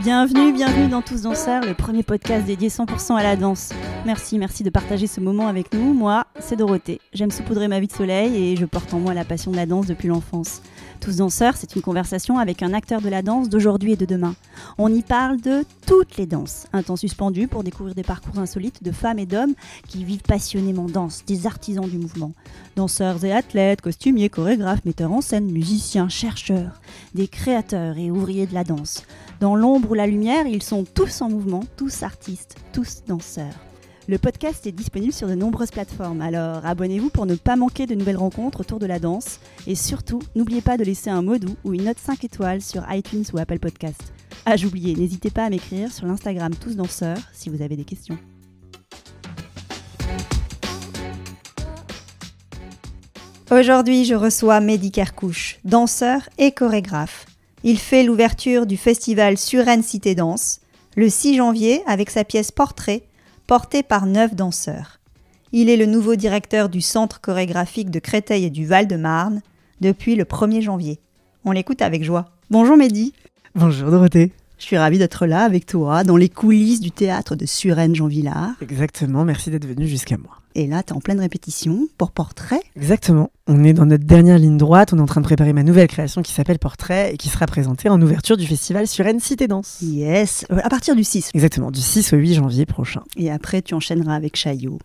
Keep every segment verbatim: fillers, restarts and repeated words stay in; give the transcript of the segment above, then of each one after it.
Bienvenue, bienvenue dans Tous Danseurs, le premier podcast dédié cent pour cent à la danse. Merci, merci de partager ce moment avec nous. Moi, c'est Dorothée. J'aime saupoudrer ma vie de soleil et je porte en moi la passion de la danse depuis l'enfance. Tous Danseurs, c'est une conversation avec un acteur de la danse d'aujourd'hui et de demain. On y parle de toutes les danses. Un temps suspendu pour découvrir des parcours insolites de femmes et d'hommes qui vivent passionnément danse, des artisans du mouvement. Danseurs et athlètes, costumiers, chorégraphes, metteurs en scène, musiciens, chercheurs, des créateurs et ouvriers de la danse. Dans l'ombre ou la lumière, ils sont tous en mouvement, tous artistes, tous danseurs. Le podcast est disponible sur de nombreuses plateformes, alors abonnez-vous pour ne pas manquer de nouvelles rencontres autour de la danse. Et surtout, n'oubliez pas de laisser un mot doux ou une note cinq étoiles sur iTunes ou Apple Podcast. Ah, j'oubliais, n'hésitez pas à m'écrire sur l'Instagram Tous Danseurs si vous avez des questions. Aujourd'hui, je reçois Mehdi Kerkouche, danseur et chorégraphe. Il fait l'ouverture du festival Suresnes Cité Danse, le six janvier avec sa pièce Portrait, portée par neuf danseurs. Il est le nouveau directeur du Centre chorégraphique de Créteil et du Val-de-Marne depuis le premier janvier. On l'écoute avec joie. Bonjour Mehdi. Bonjour Dorothée. Je suis ravie d'être là avec toi, dans les coulisses du théâtre de Suresnes-Jean-Villard. Exactement, merci d'être venu jusqu'à moi. Et là, tu es en pleine répétition pour Portrait. Exactement, on est dans notre dernière ligne droite, on est en train de préparer ma nouvelle création qui s'appelle Portrait et qui sera présentée en ouverture du festival Suresnes Cité Danse. Yes, à partir du six. Exactement, du six au huit janvier prochain. Et après, tu enchaîneras avec Chaillot.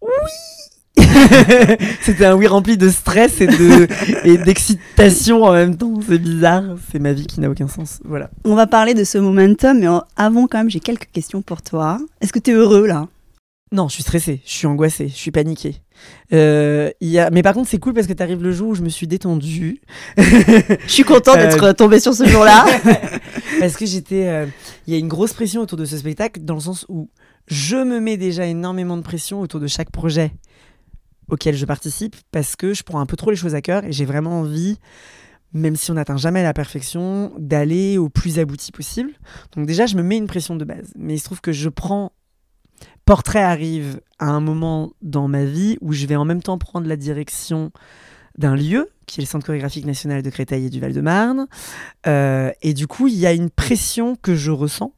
Oui. C'était un oui rempli de stress et, de, et d'excitation en même temps, c'est bizarre, c'est ma vie qui n'a aucun sens, voilà. On va parler de ce momentum, mais avant quand même, j'ai quelques questions pour toi. Est-ce que tu es heureux là ? Non, je suis stressée, je suis angoissée, je suis paniquée. Euh, y a... Mais par contre, c'est cool parce que tu arrives le jour où je me suis détendue. Je suis contente d'être euh... tombée sur ce jour-là. Parce que j'étais... Il euh... y a une grosse pression autour de ce spectacle, dans le sens où je me mets déjà énormément de pression autour de chaque projet auquel je participe, parce que je prends un peu trop les choses à cœur et j'ai vraiment envie, même si on n'atteint jamais la perfection, d'aller au plus abouti possible. Donc déjà, je me mets une pression de base. Mais il se trouve que je prends... Portrait arrive à un moment dans ma vie où je vais en même temps prendre la direction d'un lieu, qui est le Centre chorégraphique national de Créteil et du Val-de-Marne. Euh, et du coup, il y a une pression que je ressens,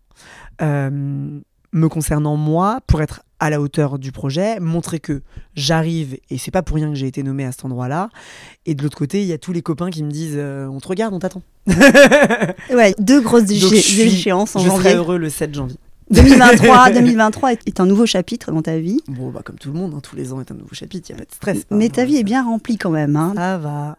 euh, me concernant moi, pour être à la hauteur du projet, montrer que j'arrive, et c'est pas pour rien que j'ai été nommée à cet endroit-là. Et de l'autre côté, il y a tous les copains qui me disent euh, « on te regarde, on t'attend ». Ouais, deux grosses éche- échéances en je janvier. Je serai heureux le sept janvier. deux mille vingt-trois, deux mille vingt-trois est un nouveau chapitre dans ta vie. Bon, bah, comme tout le monde, hein, tous les ans est un nouveau chapitre, il n'y a pas de stress. Mais hein, ta vie ça... est bien remplie quand même. Hein. Ça va.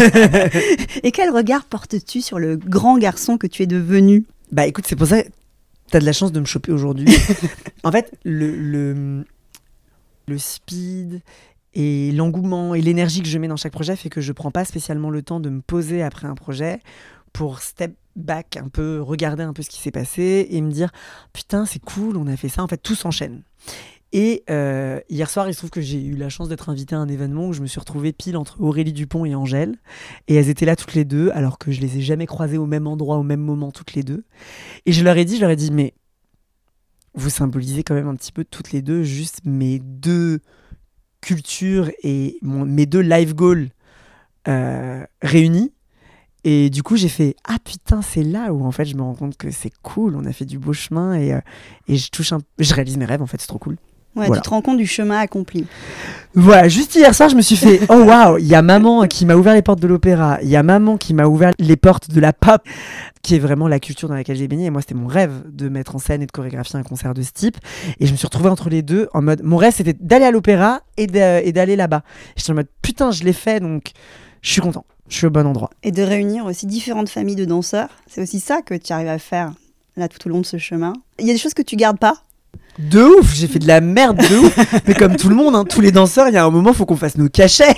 Et quel regard portes-tu sur le grand garçon que tu es devenu ? Bah écoute, c'est pour ça que tu as de la chance de me choper aujourd'hui. En fait, le, le, le speed et l'engouement et l'énergie que je mets dans chaque projet fait que je ne prends pas spécialement le temps de me poser après un projet pour step back un peu, regarder un peu ce qui s'est passé et me dire putain c'est cool, on a fait ça, en fait tout s'enchaîne. Et euh, hier soir il se trouve que j'ai eu la chance d'être invitée à un événement où je me suis retrouvée pile entre Aurélie Dupont et Angèle et elles étaient là toutes les deux alors que je les ai jamais croisées au même endroit au même moment toutes les deux et je leur ai dit, je leur ai dit mais vous symbolisez quand même un petit peu toutes les deux juste mes deux cultures et mon, mes deux life goals euh, réunis. Et du coup, j'ai fait « Ah putain, c'est là où en fait je me rends compte que c'est cool, on a fait du beau chemin et, euh, et je touche un... je réalise mes rêves en fait, c'est trop cool. » Ouais, voilà. Tu te rends compte du chemin accompli. Voilà, juste hier soir, je me suis fait « Oh waouh, il y a maman qui m'a ouvert les portes de l'opéra, il y a maman qui m'a ouvert les portes de la pop, qui est vraiment la culture dans laquelle j'ai baigné. Et moi, c'était mon rêve de mettre en scène et de chorégraphier un concert de ce type. Et je me suis retrouvée entre les deux en mode... Mon rêve, c'était d'aller à l'opéra et, de, et d'aller là-bas. J'étais en mode « Putain, je l'ai fait, donc je suis content. » Je suis au bon endroit. Et de réunir aussi différentes familles de danseurs. C'est aussi ça que tu arrives à faire là tout au long de ce chemin. Il y a des choses que tu gardes pas ? De ouf, j'ai fait de la merde de ouf. Mais comme tout le monde, hein, tous les danseurs, il y a un moment, il faut qu'on fasse nos cachets.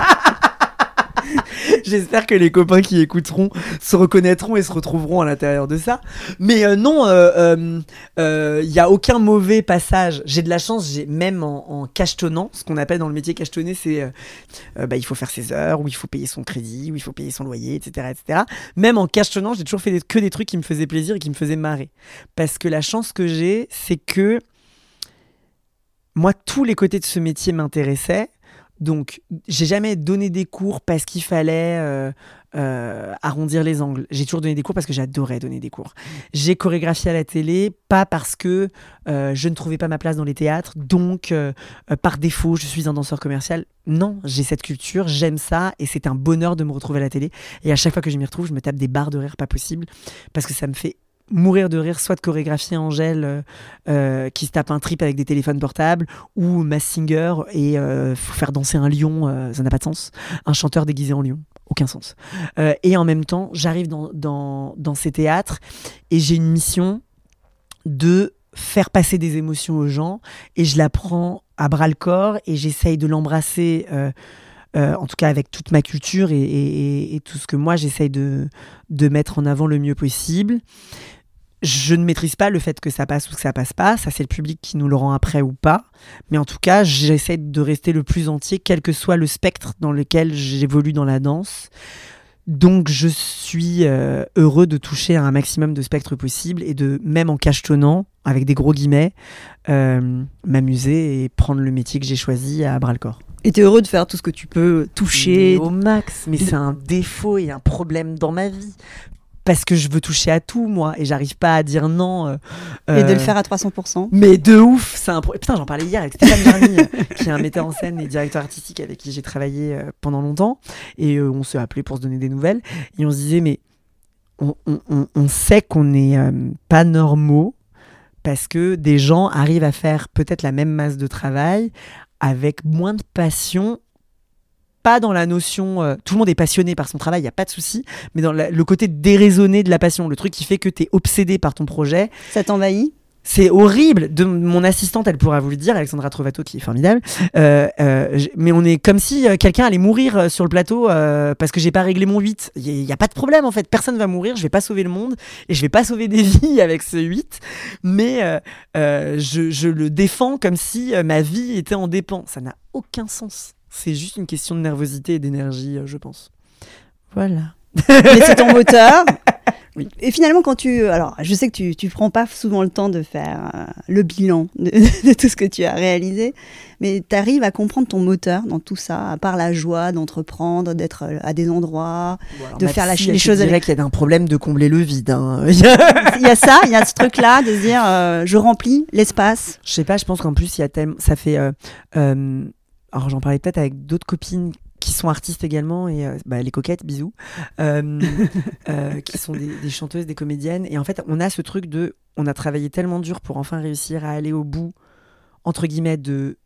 J'espère que les copains qui écouteront se reconnaîtront et se retrouveront à l'intérieur de ça. Mais euh, non, il euh, euh, n'y euh, a aucun mauvais passage. J'ai de la chance, j'ai même en, en cachetonnant, ce qu'on appelle dans le métier cachetonner, c'est euh, euh, bah, il faut faire ses heures, ou il faut payer son crédit, ou il faut payer son loyer, et cetera, et cetera. Même en cachetonnant, j'ai toujours fait des, que des trucs qui me faisaient plaisir et qui me faisaient marrer. Parce que la chance que j'ai, c'est que moi, tous les côtés de ce métier m'intéressaient. Donc, j'ai jamais donné des cours parce qu'il fallait euh, euh, arrondir les angles. J'ai toujours donné des cours parce que j'adorais donner des cours. J'ai chorégraphié à la télé, pas parce que euh, je ne trouvais pas ma place dans les théâtres, donc euh, euh, par défaut, je suis un danseur commercial. Non, j'ai cette culture, j'aime ça, et c'est un bonheur de me retrouver à la télé. Et à chaque fois que je m'y retrouve, je me tape des barres de rire pas possible, parce que ça me fait mourir de rire, soit de chorégraphier Angèle euh, euh, qui se tape un trip avec des téléphones portables, ou Mass Singer et euh, faut faire danser un lion, euh, ça n'a pas de sens. Un chanteur déguisé en lion, aucun sens. Euh, et en même temps, j'arrive dans, dans, dans ces théâtres et j'ai une mission de faire passer des émotions aux gens, et je la prends à bras le corps et j'essaye de l'embrasser, euh, euh, en tout cas avec toute ma culture et, et, et tout ce que moi j'essaye de, de mettre en avant le mieux possible. Je ne maîtrise pas le fait que ça passe ou que ça passe pas, ça c'est le public qui nous le rend après ou pas, mais en tout cas j'essaie de rester le plus entier quel que soit le spectre dans lequel j'évolue dans la danse. Donc je suis euh, heureux de toucher à un maximum de spectres possible et de, même en cachetonnant, avec des gros guillemets, euh, m'amuser et prendre le métier que j'ai choisi à bras le corps. Et t'es heureux de faire tout ce que tu peux toucher. Mais au max, mais c'est un défaut et un problème dans ma vie. Parce que je veux toucher à tout, moi, et j'arrive pas à dire non. Euh, et de le faire à trois cents pour cent. Mais de ouf, c'est un pro... Putain, j'en parlais hier avec Stéphane Jarny, qui est un metteur en scène et directeur artistique avec qui j'ai travaillé euh, pendant longtemps. Et euh, on s'est appelé pour se donner des nouvelles. Et on se disait, mais on, on, on, on sait qu'on n'est euh, pas normaux, parce que des gens arrivent à faire peut-être la même masse de travail avec moins de passion. Pas dans la notion, euh, tout le monde est passionné par son travail, il n'y a pas de souci, mais dans la, le côté déraisonné de la passion, le truc qui fait que tu es obsédé par ton projet. Ça t'envahit ? C'est horrible. De, mon assistante, elle pourra vous le dire, Alexandra Trovato, qui est formidable. Euh, euh, mais on est comme si euh, quelqu'un allait mourir sur le plateau euh, parce que j'ai pas réglé mon huit. Il n'y a, a pas de problème, en fait. Personne va mourir. Je vais pas sauver le monde et je vais pas sauver des vies avec ce huit. Mais euh, euh, je, je le défends comme si euh, ma vie était en dépend. Ça n'a aucun sens. C'est juste une question de nervosité et d'énergie, euh, je pense. Voilà. Mais c'est ton moteur. Oui. Et finalement, quand tu... Alors, je sais que tu tu prends pas souvent le temps de faire euh, le bilan de, de tout ce que tu as réalisé, mais tu arrives à comprendre ton moteur dans tout ça, à part la joie d'entreprendre, d'être à des endroits, bon, de faire la, psy, les choses... Je dirais avec... qu'il y a un problème de combler le vide. Hein. Il y a ça, il y a ce truc-là de se dire, euh, je remplis l'espace. Je sais pas, je pense qu'en plus, il y a tellement... ça fait... Euh, euh... Alors, j'en parlais peut-être avec d'autres copines qui sont artistes également, et euh, bah, les coquettes, bisous, euh, euh, qui sont des, des chanteuses, des comédiennes. Et en fait, on a ce truc de... On a travaillé tellement dur pour enfin réussir à aller au bout, entre guillemets, de,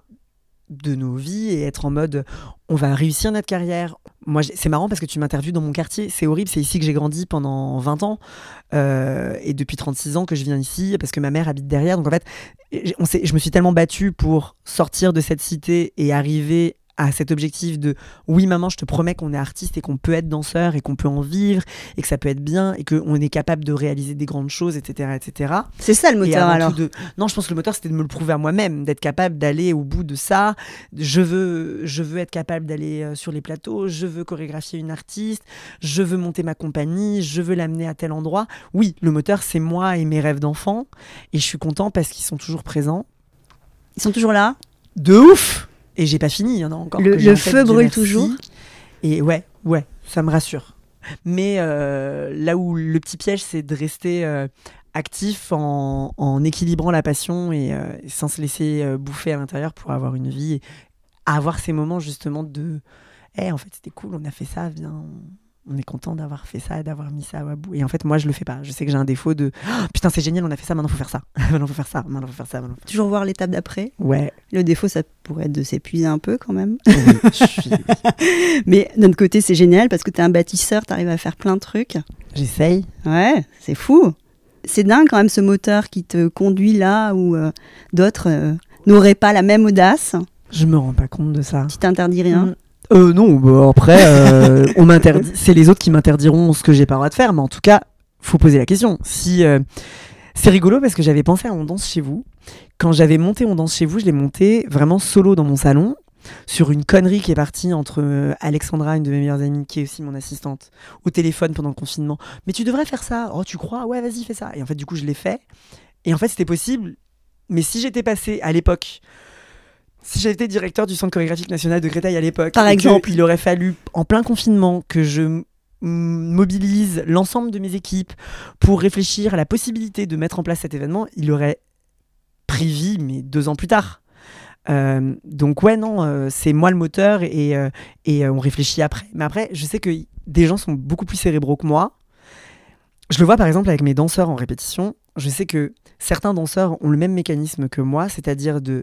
de nos vies et être en mode, on va réussir notre carrière. Moi, c'est marrant parce que tu m'interviews dans mon quartier. C'est horrible, c'est ici que j'ai grandi pendant vingt ans. Euh, et depuis trente-six ans que je viens ici, parce que ma mère habite derrière. Donc en fait, on je me suis tellement battue pour sortir de cette cité et arriver à cet objectif de oui maman, je te promets qu'on est artiste et qu'on peut être danseur et qu'on peut en vivre et que ça peut être bien et qu'on est capable de réaliser des grandes choses, etc., etc. C'est ça le moteur alors de... Non, je pense que le moteur c'était de me le prouver à moi-même, d'être capable d'aller au bout de ça. Je veux, je veux être capable d'aller euh, sur les plateaux, je veux chorégraphier une artiste, je veux monter ma compagnie, je veux l'amener à tel endroit. Oui, le moteur c'est moi et mes rêves d'enfant, et je suis content parce qu'ils sont toujours présents. Ils sont toujours là ? De ouf! Et j'ai pas fini, il y en a encore. Le, que le feu brûle toujours. Et ouais, ouais, ça me rassure. Mais euh, là où le petit piège, c'est de rester euh, actif en, en équilibrant la passion et euh, sans se laisser euh, bouffer à l'intérieur pour avoir une vie et avoir ces moments justement de « hey, en fait, c'était cool, on a fait ça, viens, on est content d'avoir fait ça et d'avoir mis ça à bout. » Et en fait, moi, je le fais pas. Je sais que j'ai un défaut de oh, « putain, c'est génial, on a fait ça, maintenant faut faire ça. maintenant faut faire ça, maintenant faut faire ça. » Maintenant faut... Toujours voir l'étape d'après. Ouais. Le défaut, ça pourrait être de s'épuiser un peu quand même. Oui, je suis... Mais d'un autre côté, c'est génial parce que t'es un bâtisseur, t'arrives à faire plein de trucs. J'essaye. Ouais, c'est fou. C'est dingue quand même ce moteur qui te conduit là où euh, d'autres euh, n'auraient pas la même audace. Je me rends pas compte de ça. Tu t'interdis rien. Mmh. Euh, non, bah après, euh, on m'interdit. C'est les autres qui m'interdiront ce que j'ai pas le droit de faire, mais en tout cas, faut poser la question. Si euh, c'est rigolo parce que j'avais pensé à On danse chez vous. Quand j'avais monté On danse chez vous, je l'ai monté vraiment solo dans mon salon sur une connerie qui est partie entre euh, Alexandra, une de mes meilleures amies, qui est aussi mon assistante, au téléphone pendant le confinement. Mais tu devrais faire ça. Oh, tu crois? Ouais, vas-y, fais ça. Et en fait, du coup, je l'ai fait. Et en fait, c'était possible. Mais si j'étais passé à l'époque. Si j'avais été directeur du Centre chorégraphique national de Créteil à l'époque, par exemple, il aurait fallu, en plein confinement, que je mobilise l'ensemble de mes équipes pour réfléchir à la possibilité de mettre en place cet événement, il aurait pris vie, mais deux ans plus tard. Euh, donc ouais, non, euh, c'est moi le moteur et, euh, et euh, on réfléchit après. Mais après, je sais que des gens sont beaucoup plus cérébraux que moi. Je le vois par exemple avec mes danseurs en répétition. Je sais que certains danseurs ont le même mécanisme que moi, c'est-à-dire de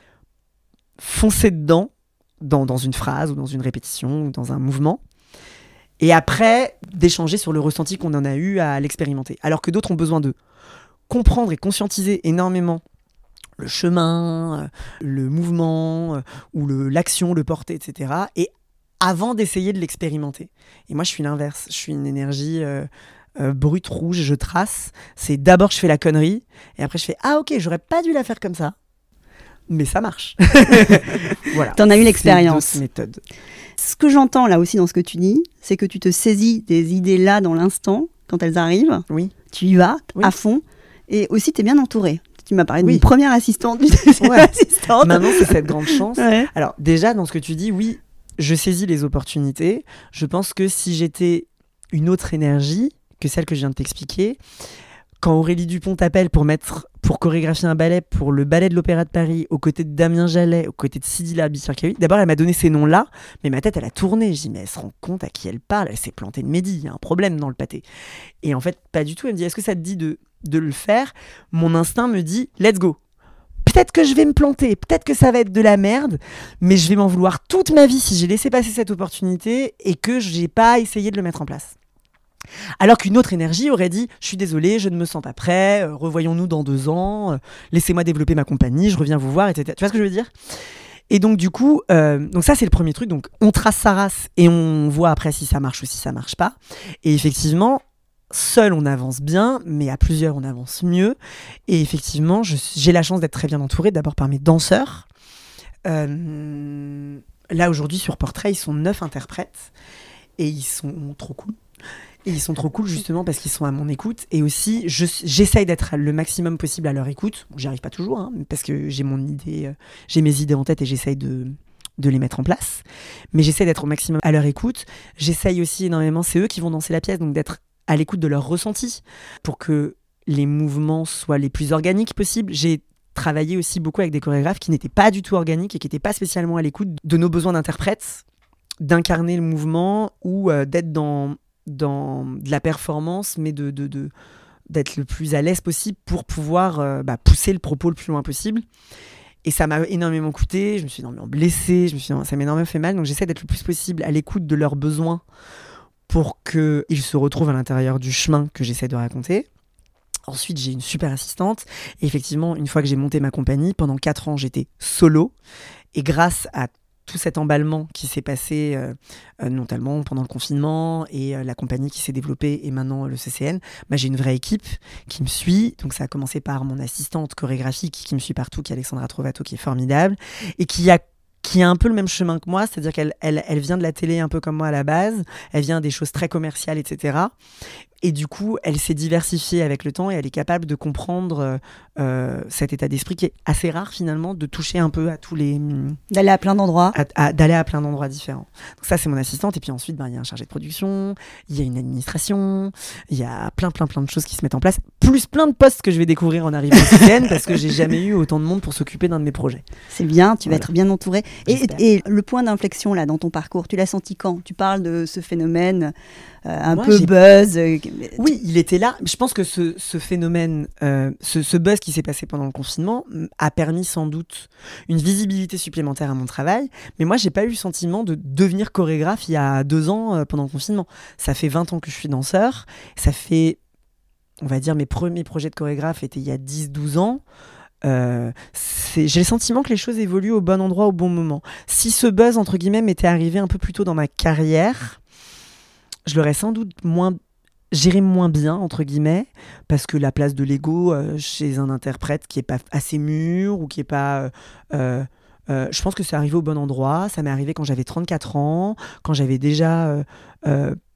foncer dedans dans, dans une phrase ou dans une répétition ou dans un mouvement, et après d'échanger sur le ressenti qu'on en a eu à l'expérimenter. Alors que d'autres ont besoin de comprendre et conscientiser énormément le chemin, euh, le mouvement, euh, ou le, l'action, le porter, et cetera. Et avant d'essayer de l'expérimenter. Et moi, je suis l'inverse. Je suis une énergie euh, euh, brute, rouge, je trace. C'est d'abord, je fais la connerie, et après, je fais « Ah ok, j'aurais pas dû la faire comme ça. » Mais ça marche. Voilà. T'en as eu l'expérience. C'est d'autres méthodes. Ce que j'entends là aussi dans ce que tu dis, c'est que tu te saisis des idées là dans l'instant, quand elles arrivent. Oui. Tu y vas Oui. à fond. Et aussi, tu es bien entouré. Tu m'as parlé Oui. d'une première assistante, d'une deuxième Ouais. assistante. Maintenant, c'est cette grande chance. Ouais. Alors, déjà, dans ce que tu dis, oui, je saisis les opportunités. Je pense que si j'étais une autre énergie que celle que je viens de t'expliquer, quand Aurélie Dupont t'appelle pour mettre, pour chorégraphier un ballet pour le ballet de l'Opéra de Paris, aux côtés de Damien Jallet, aux côtés de Sidi Larbi-Circawi, d'abord elle m'a donné ces noms-là, mais ma tête elle a tourné. Je dis mais elle se rend compte à qui elle parle, elle s'est plantée de Mehdi, il y a un problème dans le pâté. Et en fait pas du tout. Elle me dit est-ce que ça te dit de, de le faire? Mon instinct me dit let's go. Peut-être que je vais me planter, peut-être que ça va être de la merde, mais je vais m'en vouloir toute ma vie si j'ai laissé passer cette opportunité et que j'ai pas essayé de le mettre en place. Alors qu'une autre énergie aurait dit « Je suis désolée, je ne me sens pas prêt, euh, revoyons-nous dans deux ans, euh, laissez-moi développer ma compagnie, je reviens vous voir, et cetera » Tu vois ce que je veux dire? Et donc du coup, euh, donc ça c'est le premier truc, donc on trace sa race et on voit après si ça marche ou si ça marche pas. Et effectivement, seul on avance bien, mais à plusieurs on avance mieux. Et effectivement, je, j'ai la chance d'être très bien entourée, d'abord par mes danseurs. Euh, là aujourd'hui sur Portrait, ils sont neuf interprètes et ils sont trop cool. Et ils sont trop cool justement parce qu'ils sont à mon écoute. Et aussi, je, j'essaye d'être le maximum possible à leur écoute. J'y arrive pas toujours, hein, parce que j'ai mon idée, euh, j'ai mes idées en tête et j'essaye de, de les mettre en place. Mais j'essaie d'être au maximum à leur écoute. J'essaye aussi énormément, c'est eux qui vont danser la pièce, donc d'être à l'écoute de leurs ressentis pour que les mouvements soient les plus organiques possibles. J'ai travaillé aussi beaucoup avec des chorégraphes qui n'étaient pas du tout organiques et qui n'étaient pas spécialement à l'écoute de nos besoins d'interprètes, d'incarner le mouvement ou euh, d'être dans... dans de la performance, mais de, de, de, d'être le plus à l'aise possible pour pouvoir euh, bah, pousser le propos le plus loin possible. Et ça m'a énormément coûté, je me suis énormément blessée, je me suis, ça m'a énormément fait mal, donc j'essaie d'être le plus possible à l'écoute de leurs besoins pour qu'ils se retrouvent à l'intérieur du chemin que j'essaie de raconter. Ensuite, j'ai une super assistante, et effectivement, une fois que j'ai monté ma compagnie, pendant quatre ans, j'étais solo, et grâce à tout cet emballement qui s'est passé euh, euh, notamment pendant le confinement et euh, la compagnie qui s'est développée et maintenant euh, le C C N, bah, j'ai une vraie équipe qui me suit. Donc ça a commencé par mon assistante chorégraphique qui me suit partout, qui est Alexandra Trovato, qui est formidable et qui a qui a un peu le même chemin que moi, c'est-à-dire qu'elle elle, elle vient de la télé un peu comme moi à la base, elle vient des choses très commerciales, et cetera. Et du coup, elle s'est diversifiée avec le temps et elle est capable de comprendre euh, cet état d'esprit qui est assez rare finalement, de toucher un peu à tous les... D'aller à plein d'endroits. À, à, d'aller à plein d'endroits différents. Donc ça, c'est mon assistante. Et puis ensuite, ben, y a un chargé de production, il y a une administration, il y a plein, plein, plein de choses qui se mettent en place, plus plein de postes que je vais découvrir en arrivant au C C N parce que j'ai jamais eu autant de monde pour s'occuper d'un de mes projets. C'est bien, tu vas Voilà. être bien entouré. Et, et le point d'inflexion là dans ton parcours, tu l'as senti quand? Tu parles de ce phénomène euh, un Moi, peu j'ai... buzz. Euh, oui, il était là. Je pense que ce, ce phénomène, euh, ce, ce buzz qui s'est passé pendant le confinement a permis sans doute une visibilité supplémentaire à mon travail. Mais moi, j'ai pas eu le sentiment de devenir chorégraphe il y a deux ans euh, pendant le confinement. Ça fait vingt ans que je suis danseur. Ça fait, on va dire, mes premiers projets de chorégraphe étaient il y a dix douze ans. Euh, c'est, j'ai le sentiment que les choses évoluent au bon endroit au bon moment. Si ce buzz, entre guillemets, m'était arrivé un peu plus tôt dans ma carrière, je l'aurais sans doute moins, géré moins bien, entre guillemets, parce que la place de l'ego euh, chez un interprète qui n'est pas assez mûr ou qui n'est pas... Euh, euh, euh, je pense que c'est arrivé au bon endroit. Ça m'est arrivé quand j'avais trente-quatre ans, quand j'avais déjà... Euh, euh,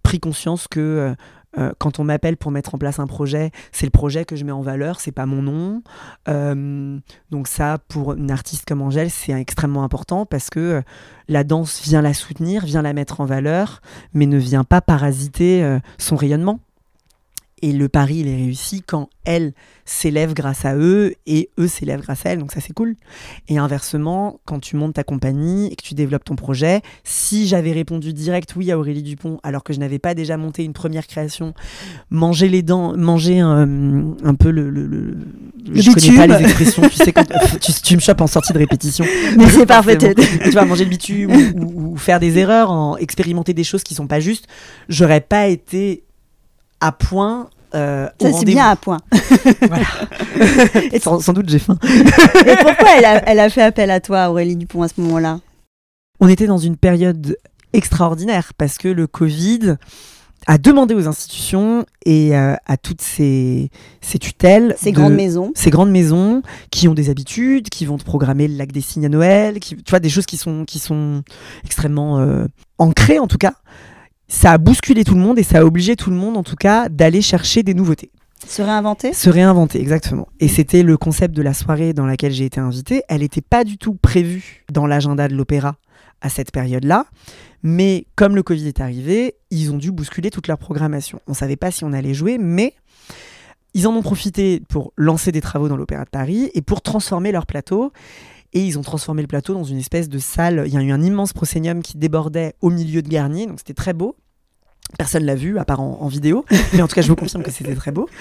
pris conscience que euh, euh, quand on m'appelle pour mettre en place un projet, c'est le projet que je mets en valeur, c'est pas mon nom. Euh, donc ça, pour une artiste comme Angèle, c'est extrêmement important parce que euh, la danse vient la soutenir, vient la mettre en valeur, mais ne vient pas parasiter euh, son rayonnement. Et le pari, il est réussi quand elle s'élève grâce à eux et eux s'élèvent grâce à elle. Donc ça, c'est cool. Et inversement, quand tu montes ta compagnie et que tu développes ton projet, si j'avais répondu direct oui à Aurélie Dupont, alors que je n'avais pas déjà monté une première création, manger les dents, manger un, un peu le... le, le, le je bitume. connais pas les expressions. Tu sais, quand tu, tu me chopes en sortie de répétition. Mais c'est parfait. Tu vas manger le bitume ou, ou, ou faire des erreurs, en expérimenter des choses qui sont pas justes. J'aurais pas été à point. Euh, ça, c'est bien à point. Voilà. Et sans, sans doute, j'ai faim. Et pourquoi elle a, elle a fait appel à toi, Aurélie Dupont, à ce moment-là ? On était dans une période extraordinaire parce que le Covid a demandé aux institutions et euh, à toutes ces, ces tutelles, ces de, grandes maisons, ces grandes maisons qui ont des habitudes, qui vont te programmer le lac des Cygnes à Noël, qui, tu vois, des choses qui sont, qui sont extrêmement euh, ancrées en tout cas. Ça a bousculé tout le monde et ça a obligé tout le monde, en tout cas, d'aller chercher des nouveautés. Se réinventer ? Se réinventer, exactement. Et c'était le concept de la soirée dans laquelle j'ai été invitée. Elle n'était pas du tout prévue dans l'agenda de l'opéra à cette période-là. Mais comme le Covid est arrivé, ils ont dû bousculer toute leur programmation. On ne savait pas si on allait jouer, mais ils en ont profité pour lancer des travaux dans l'Opéra de Paris et pour transformer leur plateau. Et ils ont transformé le plateau dans une espèce de salle. Il y a eu un immense proscénium qui débordait au milieu de Garnier, donc c'était très beau. Personne l'a vu, à part en, en vidéo. Mais en tout cas, je vous confirme que c'était très beau.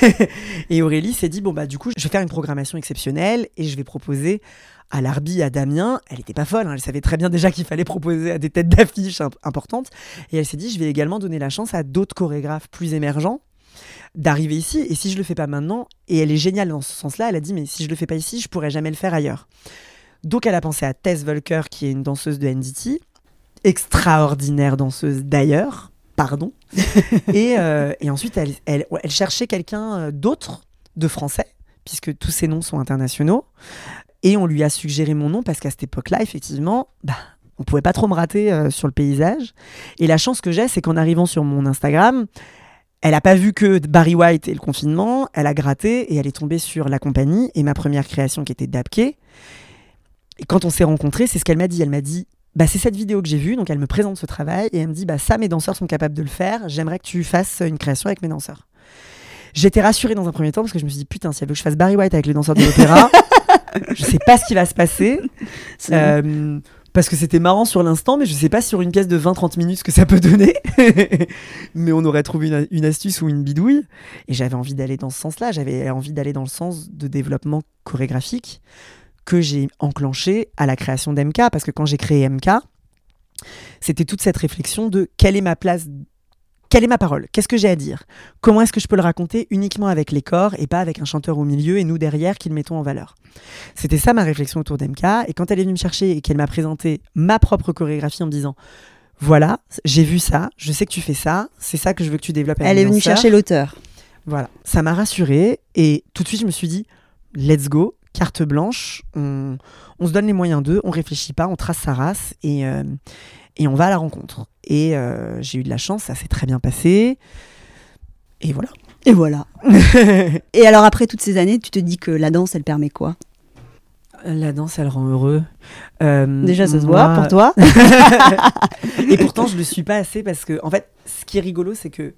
Et Aurélie s'est dit, bon, bah, du coup, je vais faire une programmation exceptionnelle et je vais proposer à l'Arbi, à Damien. Elle n'était pas folle, hein, elle savait très bien déjà qu'il fallait proposer à des têtes d'affiche imp- importantes. Et elle s'est dit, je vais également donner la chance à d'autres chorégraphes plus émergents d'arriver ici. Et si je le fais pas maintenant, et elle est géniale dans ce sens-là, elle a dit, mais si je le fais pas ici, je pourrais jamais le faire ailleurs. Donc, elle a pensé à Tess Volker, qui est une danseuse de N D T, extraordinaire danseuse d'ailleurs. Pardon. et, euh, et ensuite, elle, elle, elle cherchait quelqu'un d'autre, de français, puisque tous ces noms sont internationaux. Et on lui a suggéré mon nom, parce qu'à cette époque-là, effectivement, bah, on ne pouvait pas trop me rater euh, sur le paysage. Et la chance que j'ai, c'est qu'en arrivant sur mon Instagram, elle n'a pas vu que Barry White et le confinement, elle a gratté et elle est tombée sur la compagnie et ma première création qui était Dabke. Et quand on s'est rencontrés, c'est ce qu'elle m'a dit. Elle m'a dit... Bah, c'est cette vidéo que j'ai vue, donc elle me présente ce travail et elle me dit bah, ça, mes danseurs sont capables de le faire, j'aimerais que tu fasses une création avec mes danseurs. J'étais rassurée dans un premier temps parce que je me suis dit putain, si elle veut que je fasse Barry White avec les danseurs de l'opéra, je sais pas ce qui va se passer. Euh, parce que c'était marrant sur l'instant, mais je sais pas sur une pièce de vingt à trente minutes ce que ça peut donner. Mais on aurait trouvé une, une astuce ou une bidouille. Et j'avais envie d'aller dans ce sens-là, j'avais envie d'aller dans le sens de développement chorégraphique que j'ai enclenché à la création d'M K, parce que quand j'ai créé M K, c'était toute cette réflexion de quelle est ma place, quelle est ma parole, qu'est-ce que j'ai à dire, comment est-ce que je peux le raconter uniquement avec les corps et pas avec un chanteur au milieu et nous derrière qui le mettons en valeur. C'était ça ma réflexion autour d'M K, et quand elle est venue me chercher et qu'elle m'a présenté ma propre chorégraphie en me disant voilà, j'ai vu ça, je sais que tu fais ça, c'est ça que je veux que tu développes avec elle est venue danseurs. chercher l'auteur. Voilà, ça m'a rassurée et tout de suite je me suis dit let's go, carte blanche, on, on se donne les moyens d'eux, on réfléchit pas, on trace sa race et, euh, et on va à la rencontre. Et euh, j'ai eu de la chance, ça s'est très bien passé. Et voilà. Et voilà. Et alors après toutes ces années, tu te dis que la danse, elle permet quoi ? La danse, elle rend heureux. Euh, Déjà, ça se moi... voit pour toi. Et pourtant, je le suis pas assez parce que, en fait, ce qui est rigolo, c'est que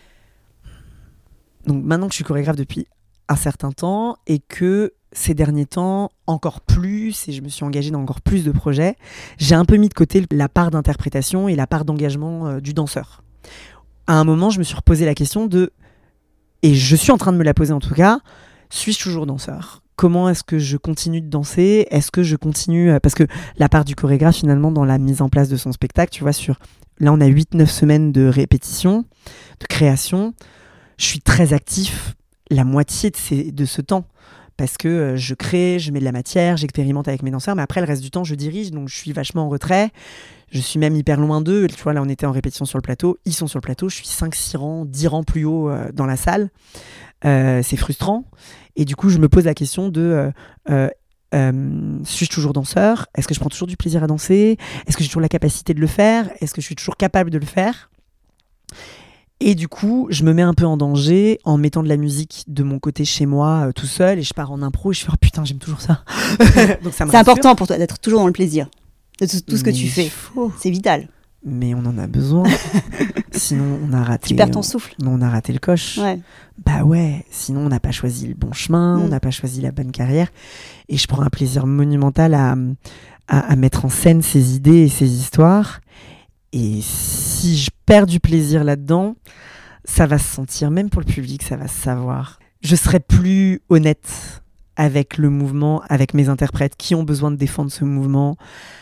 donc maintenant que je suis chorégraphe depuis un certain temps et que ces derniers temps, encore plus, et je me suis engagée dans encore plus de projets, j'ai un peu mis de côté la part d'interprétation et la part d'engagement euh, du danseur. À un moment, je me suis reposé la question de, et je suis en train de me la poser en tout cas, suis-je toujours danseur ? Comment est-ce que je continue de danser ? Est-ce que je continue... Parce que la part du chorégraphe, finalement, dans la mise en place de son spectacle, tu vois, sur... Là, on a huit neuf semaines de répétition, de création. Je suis très actif la moitié de, ces, de ce temps. Parce que euh, je crée, je mets de la matière, j'expérimente avec mes danseurs, mais après, le reste du temps, je dirige, donc je suis vachement en retrait. Je suis même hyper loin d'eux. Tu vois, là, on était en répétition sur le plateau. Ils sont sur le plateau. Je suis cinq six rangs, dix rangs plus haut euh, dans la salle. Euh, c'est frustrant. Et du coup, je me pose la question de... Euh, euh, euh, suis-je toujours danseur ? Est-ce que je prends toujours du plaisir à danser ? Est-ce que j'ai toujours la capacité de le faire ? Est-ce que je suis toujours capable de le faire ? Et du coup, je me mets un peu en danger en mettant de la musique de mon côté chez moi, euh, tout seul, et je pars en impro et je fais « Oh putain, j'aime toujours ça !» Donc ça me C'est rassure. important pour toi d'être toujours dans le plaisir, de tout, tout ce que Mais tu fais. faut. C'est vital. Mais on en a besoin. Sinon, on a raté. Tu perds ton on, souffle. on a raté le coche. Ouais. Bah ouais. Sinon, on n'a pas choisi le bon chemin, Mm. on n'a pas choisi la bonne carrière. Et je prends un plaisir monumental à, à, à mettre en scène ces idées et ces histoires. Et si je perds du plaisir là-dedans, ça va se sentir, même pour le public, ça va se savoir. Je serai plus honnête avec le mouvement, avec mes interprètes qui ont besoin de défendre ce mouvement,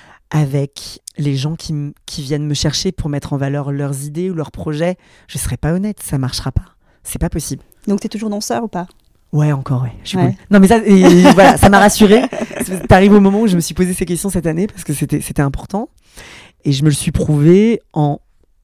avec les gens qui, m- qui viennent me chercher pour mettre en valeur leurs idées ou leurs projets. Je serai pas honnête, ça marchera pas. C'est pas possible. Donc, t'es toujours danseur ou pas? Ouais, encore, ouais. Je suis Ouais. cool. Non, mais ça, et voilà, ça m'a rassurée. T'arrives au moment où je me suis posé ces questions cette année parce que c'était, c'était important. Et je me le suis prouvé en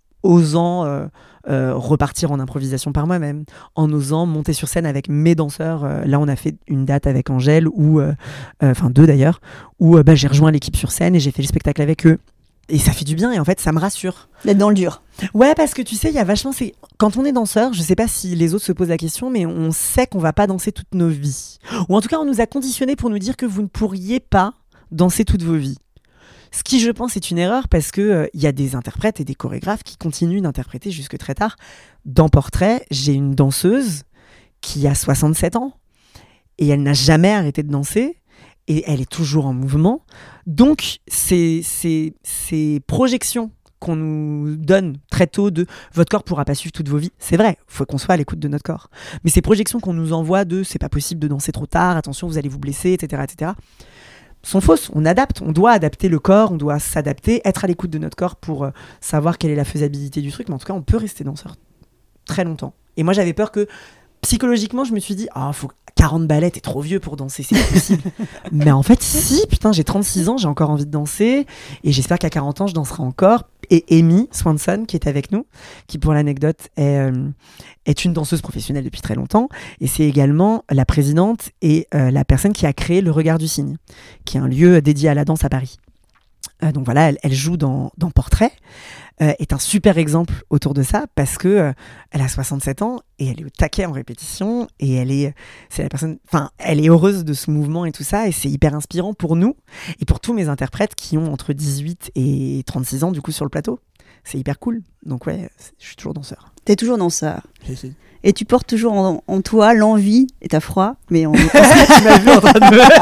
osant euh, euh, repartir en improvisation par moi-même, en osant monter sur scène avec mes danseurs. Euh, là, on a fait une date avec Angèle, ou euh, euh, enfin deux d'ailleurs, où euh, bah, j'ai rejoint l'équipe sur scène et j'ai fait le spectacle avec eux. Et ça fait du bien et en fait, ça me rassure. D'être dans le dur. Ouais, parce que tu sais, il y a vachement... C'est... Quand on est danseur, je sais pas si les autres se posent la question, mais on sait qu'on va pas danser toutes nos vies. Ou en tout cas, on nous a conditionnés pour nous dire que vous ne pourriez pas danser toutes vos vies. Ce qui, je pense, est une erreur parce qu'il euh, y a des interprètes et des chorégraphes qui continuent d'interpréter jusque très tard. Dans Portrait, j'ai une danseuse qui a soixante-sept ans et elle n'a jamais arrêté de danser et elle est toujours en mouvement. Donc, ces, ces, ces projections qu'on nous donne très tôt de « votre corps pourra pas suivre toute vos vies », c'est vrai, il faut qu'on soit à l'écoute de notre corps. Mais ces projections qu'on nous envoie de « c'est pas possible de danser trop tard, attention, vous allez vous blesser, et cetera et cetera » sont fausses. On adapte, on doit adapter le corps, on doit s'adapter, être à l'écoute de notre corps pour euh, savoir quelle est la faisabilité du truc. Mais en tout cas, on peut rester danseur très longtemps. Et moi, j'avais peur que, psychologiquement, je me suis dit « Ah, oh, faut quarante ballets, t'es trop vieux pour danser, c'est pas possible. » Mais en fait, si, putain, j'ai trente-six ans, j'ai encore envie de danser. Et j'espère qu'à quarante ans, je danserai encore. Et Amy Swanson, qui est avec nous, qui, pour l'anecdote, est, euh, est une danseuse professionnelle depuis très longtemps. Et c'est également la présidente et euh, la personne qui a créé Le Regard du Cygne, qui est un lieu dédié à la danse à Paris. Euh, donc voilà, elle, elle joue dans, dans Portrait. Euh, est un super exemple autour de ça parce que euh, elle a soixante-sept ans et elle est au taquet en répétition et elle est c'est la personne enfin elle est heureuse de ce mouvement et tout ça et c'est hyper inspirant pour nous et pour tous mes interprètes qui ont entre dix-huit et trente-six ans du coup sur le plateau. C'est hyper cool. Donc ouais, je suis toujours danseur. T'es toujours danseur. Et tu portes toujours en, en toi l'envie, et t'as froid, mais on, on sait que tu m'as vu en train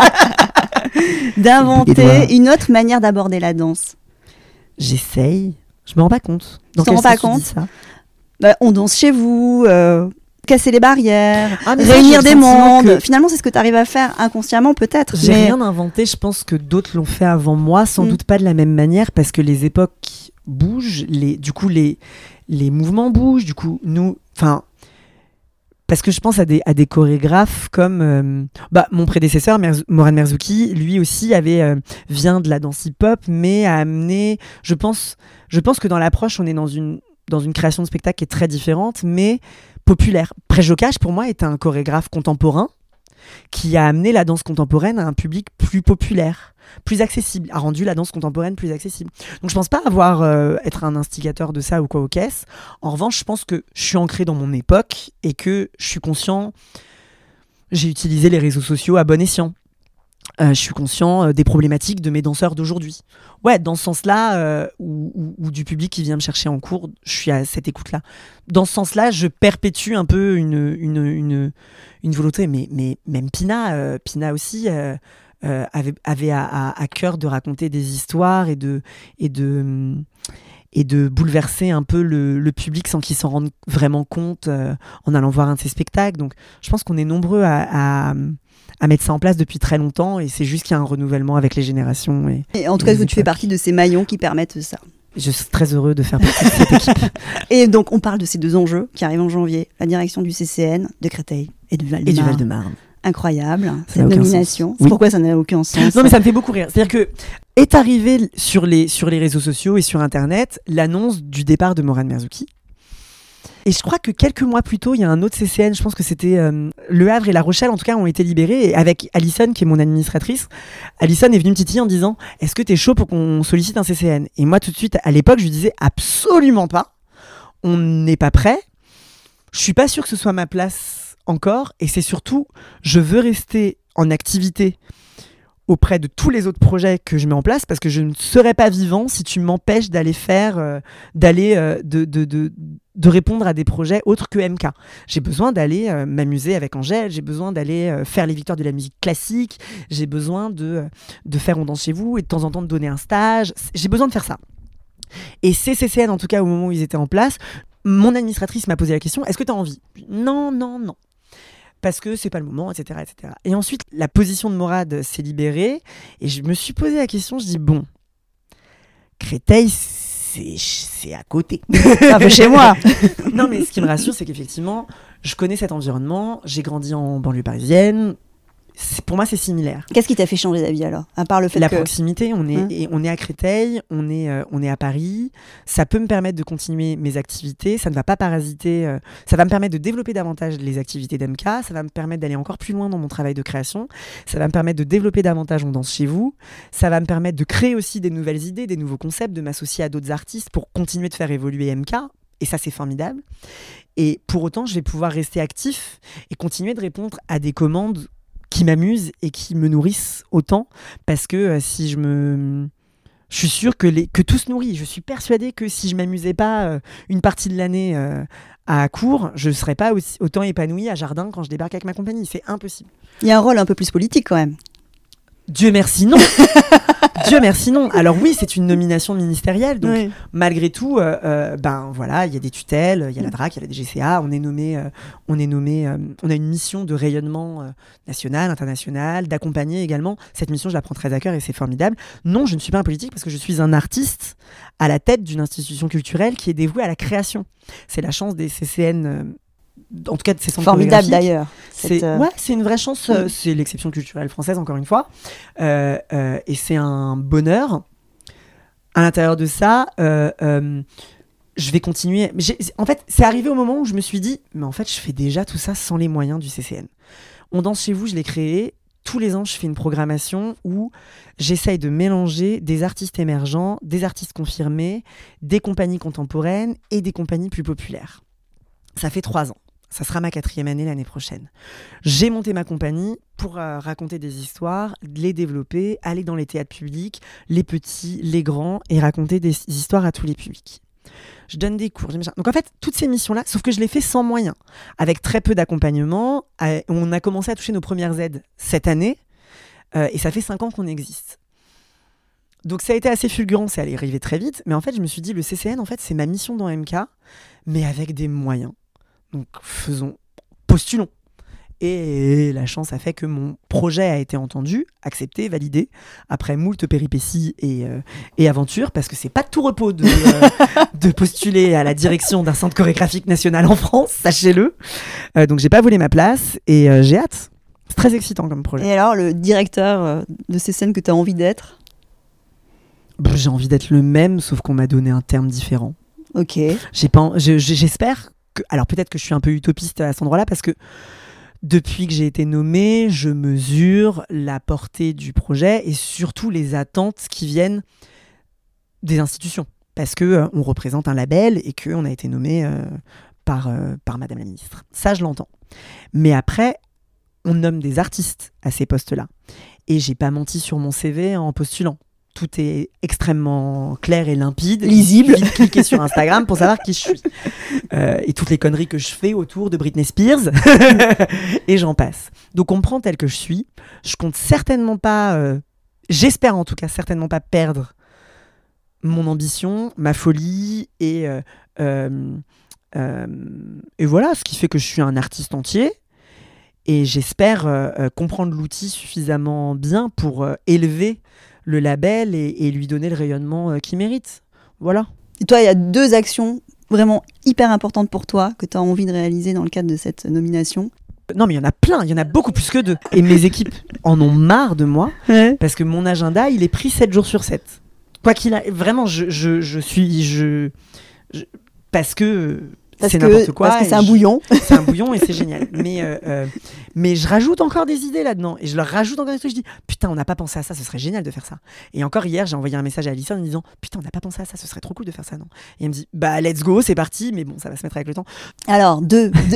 de d'inventer une autre manière d'aborder la danse. J'essaye. Je me rends pas compte. Dans tu t'en rends pas compte ça bah, on danse chez vous, euh, casser les barrières, ah, réunir ça, des mondes. Que... Finalement, c'est ce que tu arrives à faire inconsciemment, peut-être. J'ai mais... rien inventé. Je pense que d'autres l'ont fait avant moi, sans mm. doute pas de la même manière, parce que les époques bougent. Les, du coup, les, les mouvements bougent. Du coup, nous... Enfin... Parce que je pense à des, à des chorégraphes comme euh, bah, mon prédécesseur, Merz- Moran Merzouki, lui aussi avait, euh, vient de la danse hip-hop, mais a amené... Je pense, je pense que dans l'approche, on est dans une, dans une création de spectacle qui est très différente, mais populaire. Préjocage, pour moi, est un chorégraphe contemporain qui a amené la danse contemporaine à un public plus populaire, plus accessible, a rendu la danse contemporaine plus accessible. Donc je pense pas avoir euh, être un instigateur de ça ou quoi aux caisses. En revanche, je pense que je suis ancré dans mon époque et que je suis conscient. J'ai utilisé les réseaux sociaux à bon escient. Euh, je suis conscient euh, des problématiques de mes danseurs d'aujourd'hui. Ouais, dans ce sens-là, euh, ou, ou, ou du public qui vient me chercher en cours, je suis à cette écoute-là. Dans ce sens-là, je perpétue un peu une, une, une, une volonté, mais, mais même Pina, euh, Pina aussi euh, euh, avait, avait à, à, à cœur de raconter des histoires et de, et de, et de bouleverser un peu le, le public sans qu'il s'en rende vraiment compte euh, en allant voir un de ses spectacles. Donc, je pense qu'on est nombreux à... à à mettre ça en place depuis très longtemps et c'est juste qu'il y a un renouvellement avec les générations. Et, et en tout cas, que tu fais partie de ces maillons qui permettent ça. Je suis très heureux de faire partie de cette équipe. Et donc, on parle de ces deux enjeux qui arrivent en janvier, la direction du C C N de Créteil et du Val-de-Marne. Et du Val-de-Marne. Incroyable, ça cette nomination. Oui. Pourquoi ça n'a aucun sens? Non, mais ça me fait beaucoup rire. C'est-à-dire que est arrivé sur les, sur les réseaux sociaux et sur Internet l'annonce du départ de Moran Merzouki. Et je crois que quelques mois plus tôt, il y a un autre C C N, je pense que c'était euh, Le Havre et La Rochelle, en tout cas, ont été libérés. Et avec Alison, qui est mon administratrice, Alison est venue me titiller en disant « Est-ce que t'es chaud pour qu'on sollicite un C C N ?» Et moi, tout de suite, à l'époque, je lui disais « Absolument pas. on n'est pas prêt. Je suis pas sûre que ce soit ma place encore. Et c'est surtout, je veux rester en activité auprès de tous les autres projets que je mets en place, parce que je ne serais pas vivant si tu m'empêches d'aller faire, euh, d'aller, euh, de, de, de, de répondre à des projets autres que M K. J'ai besoin d'aller euh, m'amuser avec Angèle, j'ai besoin d'aller euh, faire les victoires de la musique classique, j'ai besoin de, euh, de faire On danse chez vous et de temps en temps de donner un stage. J'ai besoin de faire ça. Et ces C C N, en tout cas au moment où ils étaient en place, mon administratrice m'a posé la question, est-ce que tu as envie ? Non, non, non. Parce que c'est pas le moment, et cetera, et cetera. Et ensuite, la position de Morad s'est libérée et je me suis posé la question, je dis bon, Créteil, c'est, c'est à côté. C'est un peu chez moi. Non, mais ce qui me rassure, c'est qu'effectivement, je connais cet environnement, j'ai grandi en banlieue parisienne. C'est, pour moi, c'est similaire. Qu'est-ce qui t'a fait changer d'avis alors ? À part le fait la que... proximité, on est, Hein et on est à Créteil, on est, euh, on est à Paris. Ça peut me permettre de continuer mes activités. Ça ne va pas parasiter. Euh, ça va me permettre de développer davantage les activités d'M K. Ça va me permettre d'aller encore plus loin dans mon travail de création. Ça va me permettre de développer davantage On danse chez vous. Ça va me permettre de créer aussi des nouvelles idées, des nouveaux concepts, de m'associer à d'autres artistes pour continuer de faire évoluer M K. Et ça, c'est formidable. Et pour autant, je vais pouvoir rester actif et continuer de répondre à des commandes qui m'amusent et qui me nourrissent autant, parce que euh, si je me... Je suis sûre que, les... que tout se nourrit. Je suis persuadée que si je m'amusais pas euh, une partie de l'année euh, à court, je ne serais pas aussi... autant épanouie à Jardin quand je débarque avec ma compagnie. C'est impossible. Il y a un rôle un peu plus politique quand même. Dieu merci, non. Dieu merci, non. Alors oui, c'est une nomination ministérielle, donc Oui. malgré tout, euh, euh, ben voilà, il y a des tutelles, il y a la D R A C, il y a la D G C A, on est nommé, euh, on est nommé, euh, on a une mission de rayonnement euh, national, international, d'accompagner également. Cette mission, je la prends très à cœur et c'est formidable. Non, je ne suis pas un politique parce que je suis un artiste à la tête d'une institution culturelle qui est dévouée à la création. C'est la chance des C C N. Euh, en tout cas de ces centres Formidable chorégraphiques. d'ailleurs. C'est, Cette, euh... ouais, c'est une vraie chance. Euh, c'est l'exception culturelle française, encore une fois. Euh, euh, et c'est un bonheur. À l'intérieur de ça, euh, euh, je vais continuer. Mais j'ai, en fait, c'est arrivé au moment où je me suis dit, mais en fait, je fais déjà tout ça sans les moyens du C C N. On danse chez vous, je l'ai créé. Tous les ans, je fais une programmation où j'essaye de mélanger des artistes émergents, des artistes confirmés, des compagnies contemporaines et des compagnies plus populaires. Ça fait trois ans. Ça sera ma quatrième année l'année prochaine. J'ai monté ma compagnie pour euh, raconter des histoires, les développer, aller dans les théâtres publics, les petits, les grands, et raconter des histoires à tous les publics. Je donne des cours. Donc en fait, toutes ces missions-là, sauf que je les fais sans moyens, avec très peu d'accompagnement. Euh, on a commencé à toucher nos premières aides cette année, euh, et ça fait cinq ans qu'on existe. Donc ça a été assez fulgurant, c'est allé arriver très vite, mais en fait, je me suis dit, le C C N, en fait, c'est ma mission dans M K, mais avec des moyens. Donc faisons, postulons. Et la chance a fait que mon projet a été entendu, accepté, validé, après moult péripéties et, euh, et aventures, parce que c'est pas de tout repos de, euh, de postuler à la direction d'un centre chorégraphique national en France, sachez-le. Euh, donc j'ai pas volé ma place et euh, j'ai hâte. C'est très excitant comme projet. Et alors, le directeur de ces scènes que tu as envie d'être ? Bon, j'ai envie d'être le même, sauf qu'on m'a donné un terme différent. Ok. J'ai pas, je, j'espère que... Alors peut-être que je suis un peu utopiste à cet endroit-là, parce que depuis que j'ai été nommée, je mesure la portée du projet et surtout les attentes qui viennent des institutions. Parce qu'on euh, représente un label et qu'on a été nommé euh, par, euh, par Madame la Ministre. Ça, je l'entends. Mais après, on nomme des artistes à ces postes-là. Et j'ai pas menti sur mon C V en postulant. Tout est extrêmement clair et limpide. Lisible. Il suffit de cliquer sur Instagram pour savoir qui je suis. Euh, et toutes les conneries que je fais autour de Britney Spears. Et j'en passe. Donc on me prend tel que je suis. Je compte certainement pas, euh, j'espère en tout cas certainement pas perdre mon ambition, ma folie. Et, euh, euh, euh, et voilà, ce qui fait que je suis un artiste entier. Et j'espère euh, euh, comprendre l'outil suffisamment bien pour euh, élever le label et, et lui donner le rayonnement euh, qu'il mérite. Voilà. Et toi, il y a deux actions vraiment hyper importantes pour toi que tu as envie de réaliser dans le cadre de cette nomination. Non, mais il y en a plein, il y en a beaucoup plus que deux. Et mes équipes en ont marre de moi, Ouais. parce que mon agenda, il est pris sept jours sur sept. Quoi qu'il a... Vraiment, je, je, je suis... Je, je... Parce que Parce c'est que, n'importe quoi. Parce que c'est et un je- bouillon. C'est un bouillon et c'est génial. Mais, euh, euh, mais je rajoute encore des idées là-dedans. Et je leur rajoute encore des trucs. Je dis, putain, on n'a pas pensé à ça, ce serait génial de faire ça. Et encore hier, j'ai envoyé un message à Alice en lui disant, putain, on n'a pas pensé à ça, ce serait trop cool de faire ça, non? Et elle me dit, bah, let's go, c'est parti. Mais bon, ça va se mettre avec le temps. Alors, deux. deux.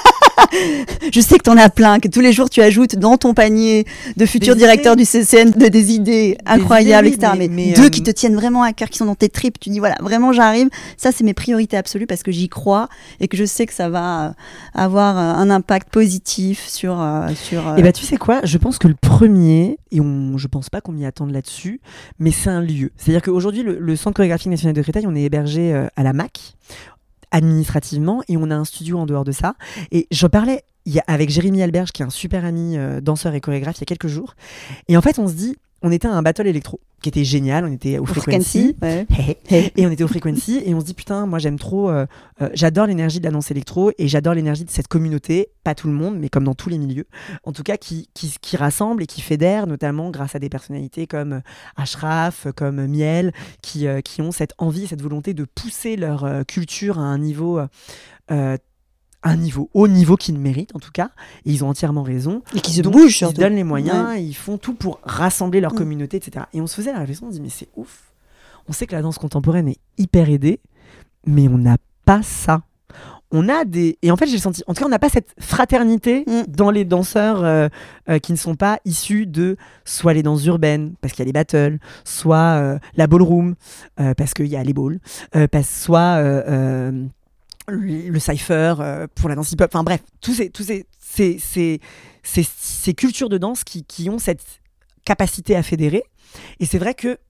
Je sais que t'en as plein, que tous les jours tu ajoutes dans ton panier de futurs Des directeurs idées. du C C N de, des idées incroyables, idées, oui, et cetera. Mais, mais- mais, deux euh, qui te tiennent vraiment à cœur, qui sont dans tes tripes. Tu dis voilà, vraiment j'arrive. Ça, c'est mes priorités absolues parce que j'y crois et que je sais que ça va euh, avoir euh, un impact positif sur. Euh, sur euh, Et bah, tu sais quoi? Je pense que le premier, et on, je pense pas qu'on m'y attende là-dessus, mais c'est un lieu. C'est-à-dire qu'aujourd'hui, le, le Centre chorégraphique national de Créteil, on est hébergé euh, à la M A C, administrativement, et on a un studio en dehors de ça. Et je parlais il y a, avec Jérémy Alberge, qui est un super ami euh, danseur et chorégraphe, il y a quelques jours. Et en fait, on se dit, on était à un battle électro, qui était génial, on était au, au Frequency. Frequency, ouais. Et on était au Frequency et on se dit putain, moi j'aime trop, euh, euh, j'adore l'énergie de la danse électro et j'adore l'énergie de cette communauté, pas tout le monde, mais comme dans tous les milieux, en tout cas qui, qui, qui rassemble et qui fédère, notamment grâce à des personnalités comme euh, Ashraf, comme euh, Miel, qui, euh, qui ont cette envie, cette volonté de pousser leur euh, culture à un niveau... Euh, un niveau, haut niveau qu'ils méritent en tout cas, et ils ont entièrement raison. Et qui se Donc, bougent ils se surtout. donnent les moyens, Ouais. et ils font tout pour rassembler leur Mm. communauté, et cetera. Et on se faisait la réflexion, on se dit mais c'est ouf. On sait que la danse contemporaine est hyper aidée, mais on n'a pas ça. On a des... Et en fait, j'ai senti... En tout cas, on n'a pas cette fraternité Mm. dans les danseurs euh, euh, qui ne sont pas issus de soit les danses urbaines, parce qu'il y a les battles, soit euh, la ballroom, euh, parce qu'il y a les balls, euh, parce, soit... euh, euh, le le cypher euh, pour la danse hip-hop, enfin bref, tous ces, tous ces, ces, ces, ces, ces cultures de danse qui, qui ont cette capacité à fédérer. Et c'est vrai que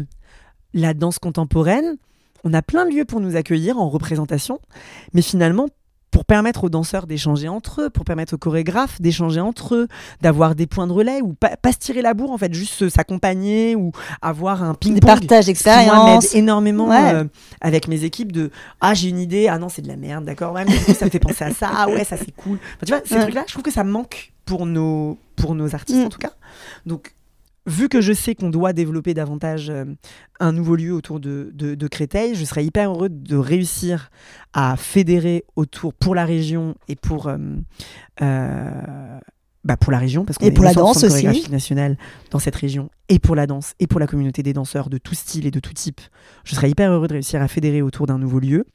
la danse contemporaine, on a plein de lieux pour nous accueillir en représentation, mais finalement, pour permettre aux danseurs d'échanger entre eux, pour permettre aux chorégraphes d'échanger entre eux, d'avoir des points de relais, ou pas, pas se tirer la bourre, en fait, juste se- s'accompagner, ou avoir un ping-pong. Des partages Ce qui, moi, m'aide d'expériences. énormément Ouais. euh, avec mes équipes de ah j'ai une idée, ah non c'est de la merde, d'accord, ouais, mais du coup, ça me fait penser à ça, ah ouais ça c'est cool. Enfin, tu vois, ces Ouais. trucs là je trouve que ça manque pour nos, pour nos artistes Mm. en tout cas. Donc vu que je sais qu'on doit développer davantage euh, un nouveau lieu autour de, de, de Créteil, je serais hyper heureux de réussir à fédérer autour pour la région et pour euh, euh, bah pour la région, parce qu'on Et est pour le la centre danse aussi. chorégraphique national dans cette région, et pour la danse, et pour la communauté des danseurs de tout style et de tout type. Je serais hyper heureux de réussir à fédérer autour d'un nouveau lieu.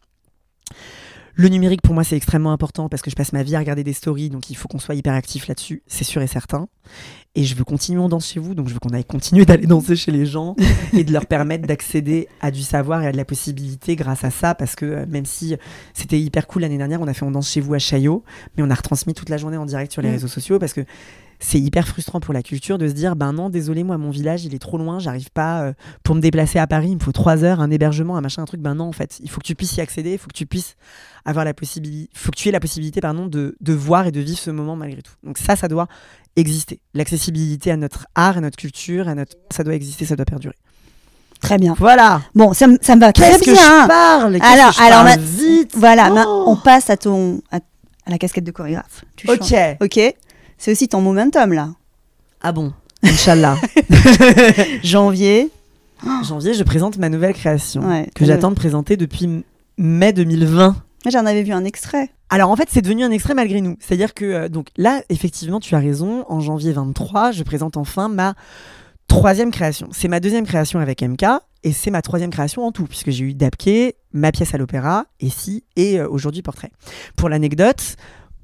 Le numérique, pour moi, c'est extrêmement important parce que je passe ma vie à regarder des stories, donc il faut qu'on soit hyper actif là-dessus, c'est sûr et certain. Et je veux continuer en danse chez vous, donc je veux qu'on aille continuer d'aller danser chez les gens et de leur permettre d'accéder à du savoir et à de la possibilité grâce à ça, parce que euh, même si c'était hyper cool l'année dernière, on a fait On danse chez vous à Chaillot, mais on a retransmis toute la journée en direct sur les Mm. réseaux sociaux parce que c'est hyper frustrant pour la culture de se dire ben non, désolé, moi mon village il est trop loin, j'arrive pas euh, pour me déplacer à Paris, il me faut trois heures, un hébergement, un machin, un truc. Ben non, en fait, il faut que tu puisses y accéder, il faut que tu puisses avoir la possibilité, faut que tu aies la possibilité pardon de, de voir et de vivre ce moment malgré tout. Donc ça, ça doit exister. L'accessibilité à notre art, à notre culture, à notre, ça doit exister, ça doit perdurer. Très bien. Voilà. Bon, ça, me- ça me va très Qu'est-ce que bien. je parle Qu'est-ce Alors- que je alors, parle ma- vite. Voilà, Oh. ma- on passe à ton à, à la casquette de chorégraphe. Tu Ok. changes. Ok. C'est aussi ton momentum là. Ah bon. Inch'Allah. Janvier. Janvier, je présente ma nouvelle création Ouais, que euh, j'attends de présenter depuis m- mai deux mille vingt. Moi, j'en avais vu un extrait. Alors en fait, c'est devenu un extrait malgré nous. C'est-à-dire que euh, donc là, effectivement, tu as raison. En janvier vingt-trois, je présente enfin ma troisième création. C'est ma deuxième création avec M K et c'est ma troisième création en tout, puisque j'ai eu Dabke, ma pièce à l'opéra, et si, et euh, aujourd'hui Portrait. Pour l'anecdote,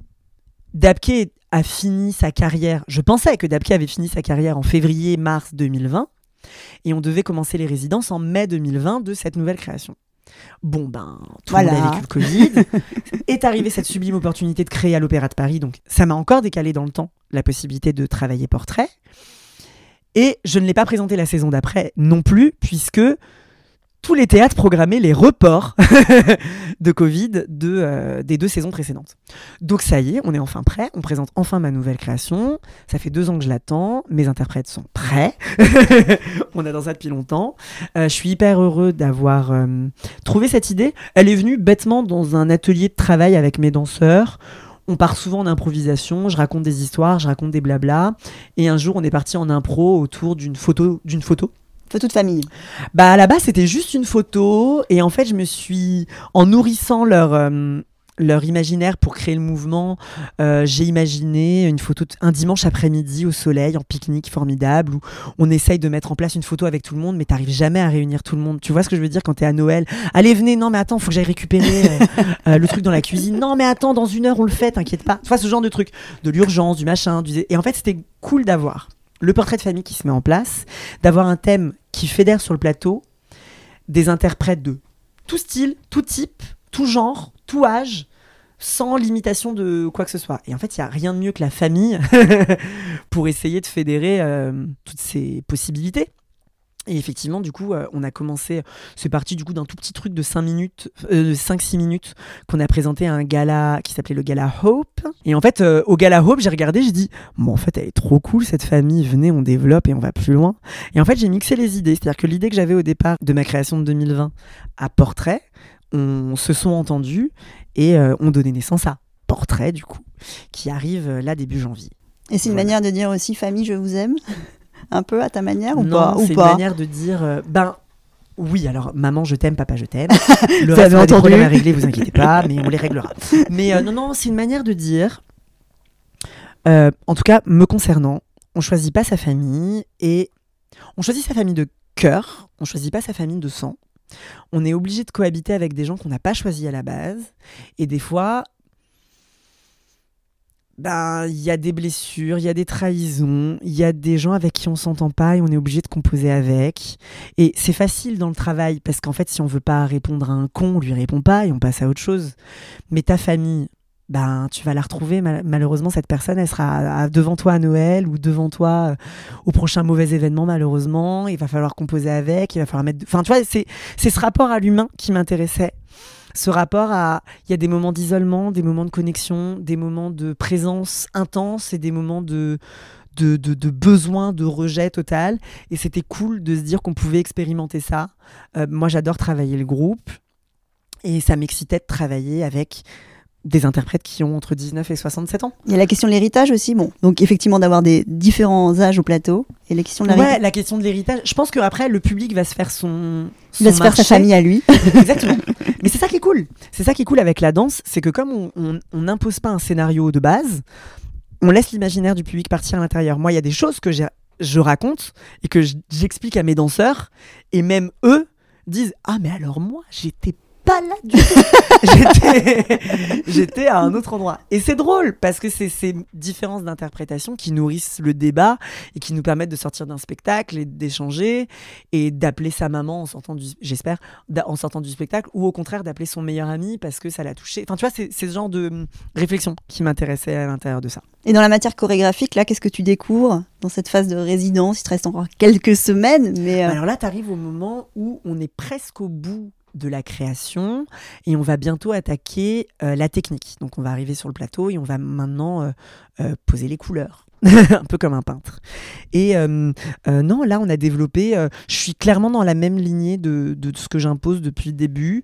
Dabke a fini sa carrière. Je pensais que Dabke avait fini sa carrière en février-mars deux mille vingt, et on devait commencer les résidences en mai deux mille vingt de cette nouvelle création. Bon ben, tout Voilà. le monde a vécu le Covid. Est arrivée cette sublime opportunité de créer à l'Opéra de Paris, donc ça m'a encore décalé dans le temps la possibilité de travailler Portrait. Et je ne l'ai pas présenté la saison d'après non plus, puisque tous les théâtres programmaient les reports de Covid de, euh, des deux saisons précédentes. Donc ça y est, on est enfin prêt, on présente enfin ma nouvelle création. Ça fait deux ans que je l'attends, mes interprètes sont prêts. On adore ça depuis longtemps. Euh, je suis hyper heureux d'avoir euh, trouvé cette idée. Elle est venue bêtement dans un atelier de travail avec mes danseurs. On part souvent en improvisation, je raconte des histoires, je raconte des blablas. Et un jour, on est parti en impro autour d'une photo, d'une photo. Photo de famille. Bah à la base, c'était juste une photo. Et en fait, je me suis, en nourrissant leur, euh, leur imaginaire pour créer le mouvement. Euh, j'ai imaginé une photo t- un dimanche après-midi au soleil, en pique-nique formidable, où on essaye de mettre en place une photo avec tout le monde, mais t'arrives jamais à réunir tout le monde. Tu vois ce que je veux dire quand t'es à Noël? Allez, venez, non mais attends, faut que j'aille récupérer euh, euh, le truc dans la cuisine. Non mais attends, dans une heure on le fait, t'inquiète pas. Tu vois ce genre de truc, de l'urgence, du machin. Du... Et en fait, c'était cool d'avoir le portrait de famille qui se met en place, d'avoir un thème qui fédère sur le plateau, des interprètes de tout style, tout type, tout genre, tout âge, sans limitation de quoi que ce soit. Et en fait, il n'y a rien de mieux que la famille pour essayer de fédérer euh, toutes ces possibilités. Et effectivement, du coup, euh, on a commencé, c'est parti du coup d'un tout petit truc de cinq minutes, euh, cinq six minutes, qu'on a présenté à un gala qui s'appelait le Gala Hope. Et en fait, euh, au Gala Hope, j'ai regardé, j'ai dit, bon, en fait, elle est trop cool cette famille, venez, on développe et on va plus loin. Et en fait, j'ai mixé les idées. C'est-à-dire que l'idée que j'avais au départ de ma création de deux mille vingt à Portrait, on se sont entendus et euh, on donnait naissance à Portrait, du coup, qui arrive euh, là début janvier. Et c'est une Voilà. manière de dire aussi famille, je vous aime, un peu à ta manière ou non, pas ou c'est pas une manière de dire, euh, ben oui, alors maman je t'aime, papa je t'aime. Le Vous reste, avez on a des entendu. problèmes à régler, vous inquiétez pas, mais on les réglera. Mais euh, non, non, c'est une manière de dire, euh, en tout cas me concernant, on choisit pas sa famille et on choisit sa famille de cœur, on choisit pas sa famille de sang. On est obligé de cohabiter avec des gens qu'on n'a pas choisis à la base. Et des fois, ben, il y a des blessures, il y a des trahisons, il y a des gens avec qui on s'entend pas et on est obligé de composer avec. Et c'est facile dans le travail parce qu'en fait, si on veut pas répondre à un con, on lui répond pas et on passe à autre chose. Mais ta famille, ben, tu vas la retrouver. Mal- malheureusement, cette personne, elle sera à- à- devant toi à Noël ou devant toi euh, au prochain mauvais événement, malheureusement. Il va falloir composer avec, il va falloir mettre... Enfin, tu vois, c'est, c'est ce rapport à l'humain qui m'intéressait. Ce rapport à... Il y a des moments d'isolement, des moments de connexion, des moments de présence intense et des moments de... De, de, de besoin, de rejet total. Et c'était cool de se dire qu'on pouvait expérimenter ça. Euh, moi, j'adore travailler le groupe. Et ça m'excitait de travailler avec des interprètes qui ont entre dix-neuf et soixante-sept ans. Il y a la question de l'héritage aussi, bon. Donc effectivement d'avoir des différents âges au plateau et la question de l'héritage. Ouais, la question de l'héritage. Je pense qu'après, le public va se faire son, Il va son se faire sa marché. famille à lui. Exactement. Mais c'est ça qui est cool. C'est ça qui est cool avec la danse, c'est que comme on- on on n'impose pas un scénario de base, on laisse l'imaginaire du public partir à l'intérieur. Moi, il y a des choses que j'ai- je raconte et que j- j'explique à mes danseurs, et même eux disent « Ah, mais alors moi, j'étais pas là du tout. j'étais, j'étais à un autre endroit. » Et c'est drôle, parce que c'est ces différences d'interprétation qui nourrissent le débat et qui nous permettent de sortir d'un spectacle et d'échanger et d'appeler sa maman en sortant du, j'espère, d'a- en sortant du spectacle, ou au contraire d'appeler son meilleur ami parce que ça l'a touché. Enfin, tu vois, c'est, c'est ce genre de hum, réflexion qui m'intéressait à l'intérieur de ça. Et dans la matière chorégraphique, là, qu'est-ce que tu découvres dans cette phase de résidence? Il te reste encore quelques semaines, mais... euh, Alors là, tu arrives au moment où on est presque au bout de la création et on va bientôt attaquer euh, la technique. Donc on va arriver sur le plateau et on va maintenant euh, euh, poser les couleurs. Un peu comme un peintre. Et euh, euh, non, là, on a développé... euh, je suis clairement dans la même lignée de, de ce que j'impose depuis le début.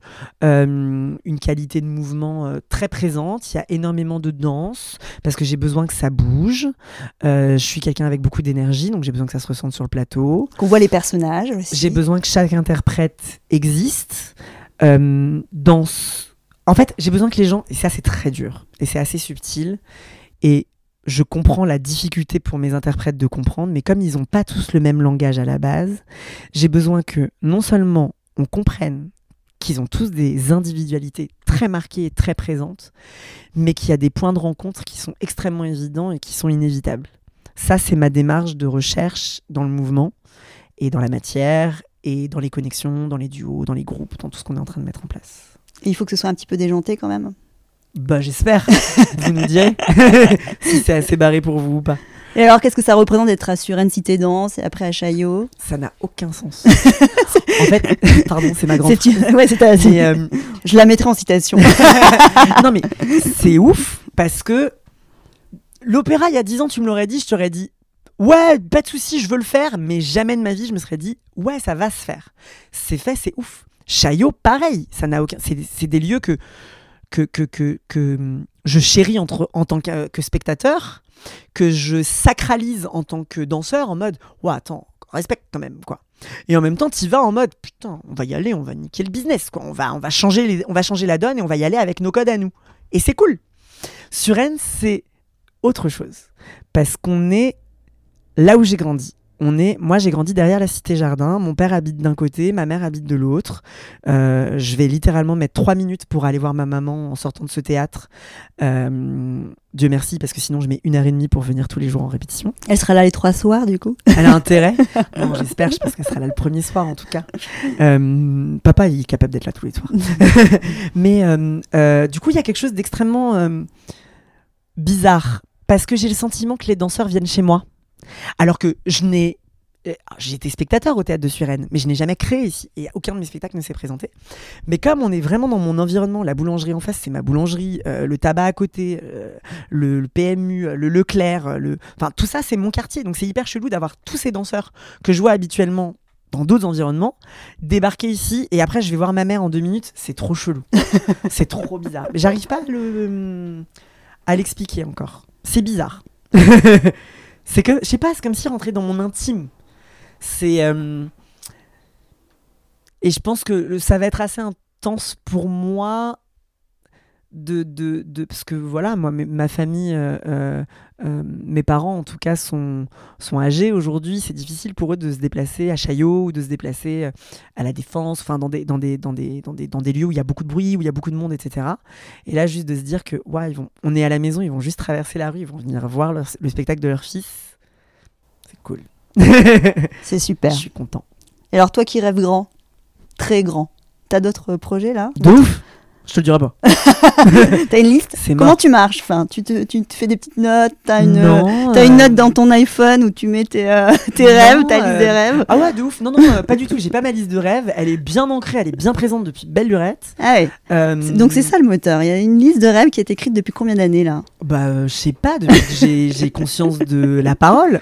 Euh, une qualité de mouvement euh, très présente. Il y a énormément de danse parce que j'ai besoin que ça bouge. Euh, je suis quelqu'un avec beaucoup d'énergie, donc j'ai besoin que ça se ressente sur le plateau. qu'on voit les personnages aussi. J'ai besoin que chaque interprète existe, euh, danse. En fait, j'ai besoin que les gens... Et ça, c'est très dur. Et c'est assez subtil. Et je comprends la difficulté pour mes interprètes de comprendre, mais comme ils n'ont pas tous le même langage à la base, j'ai besoin que non seulement on comprenne qu'ils ont tous des individualités très marquées et très présentes, mais qu'il y a des points de rencontre qui sont extrêmement évidents et qui sont inévitables. Ça, c'est ma démarche de recherche dans le mouvement et dans la matière et dans les connexions, dans les duos, dans les groupes, dans tout ce qu'on est en train de mettre en place. Et il faut que ce soit un petit peu déjanté quand même. Bah j'espère, vous nous direz si c'est assez barré pour vous ou pas. Et alors, qu'est-ce que ça représente d'être à Suresnes Cité Danse et après à Chaillot? Ça n'a aucun sens. En fait, pardon, c'est ma grande C'est une- ouais, c'est ta- Mais, euh, Je la mettrai en citation. non mais c'est ouf parce que l'opéra, il y a dix ans, tu me l'aurais dit, je t'aurais dit ouais, pas de souci, je veux le faire, mais jamais de ma vie, je me serais dit ouais, ça va se faire. C'est fait, c'est ouf. Chaillot, pareil, ça n'a aucun. C'est, c'est des lieux que que que que, que hum, je chéris entre, en tant que, que spectateur, que je sacralise en tant que danseur, en mode ouais, attends, respecte quand même quoi. Et en même temps, t'y vas en mode putain, on va y aller, on va niquer le business quoi. On va on va changer les, on va changer la donne et on va y aller avec nos codes à nous. Et c'est cool. Sur Rennes, c'est autre chose. Parce qu'on est là où j'ai grandi. On est, moi, j'ai grandi derrière la Cité Jardin. Mon père habite d'un côté, ma mère habite de l'autre. Euh, je vais littéralement mettre trois minutes pour aller voir ma maman en sortant de ce théâtre. Euh, Dieu merci, parce que sinon, je mets une heure et demie pour venir tous les jours en répétition. Elle sera là les trois soirs, du coup. Elle a intérêt. Bon, j'espère, je pense qu'elle sera là le premier soir, en tout cas. Euh, papa, il est capable d'être là tous les soirs. Mais euh, euh, du coup, il y a quelque chose d'extrêmement euh, bizarre. Parce que j'ai le sentiment que les danseurs viennent chez moi. Alors que je n'ai... J'ai été spectateur au théâtre de Suresnes, mais je n'ai jamais créé ici. Et aucun de mes spectacles ne s'est présenté. Mais comme on est vraiment dans mon environnement, la boulangerie en face, c'est ma boulangerie, euh, le tabac à côté, euh, le, le P M U, le Leclerc, le... enfin tout ça, c'est mon quartier. Donc c'est hyper chelou d'avoir tous ces danseurs que je vois habituellement dans d'autres environnements, débarquer ici, et après je vais voir ma mère en deux minutes. C'est trop chelou. C'est trop bizarre. Mais j'arrive pas à, le... à l'expliquer encore. C'est bizarre. C'est que, je sais pas, c'est comme si rentrer dans mon intime. C'est... Euh... Et je pense que ça va être assez intense pour moi de... de, de... Parce que voilà, moi, ma famille, euh, euh, euh, mes parents en tout cas, sont, sont âgés aujourd'hui. C'est difficile pour eux de se déplacer à Chaillot ou de se déplacer à la Défense, enfin dans des, dans, des, dans, des, dans, des, dans des lieux où il y a beaucoup de bruit, où il y a beaucoup de monde, et cetera. Et là, juste de se dire que, ouais, ils vont, on est à la maison, ils vont juste traverser la rue, ils vont venir voir leur, le spectacle de leur fils. C'est cool. C'est super. Je suis content. Et alors, toi qui rêves grand, très grand, t'as d'autres projets là ? De ouf. Je te le dirai pas. T'as une liste ? C'est Comment mort. tu marches ? Enfin, tu te, tu te fais des petites notes, t'as une, non, t'as euh... une note dans ton iPhone où tu mets tes, euh, tes non, rêves, ta liste euh... des rêves. Ah ouais, de ouf. Non, non, euh, pas du tout. J'ai pas ma liste de rêves. Elle est bien ancrée, elle est bien présente depuis belle lurette. Ah ouais. Euh... C'est, donc c'est ça le moteur. Il y a une liste de rêves qui est écrite depuis combien d'années là ? Bah, euh, je sais pas. Depuis que j'ai, j'ai conscience de la parole.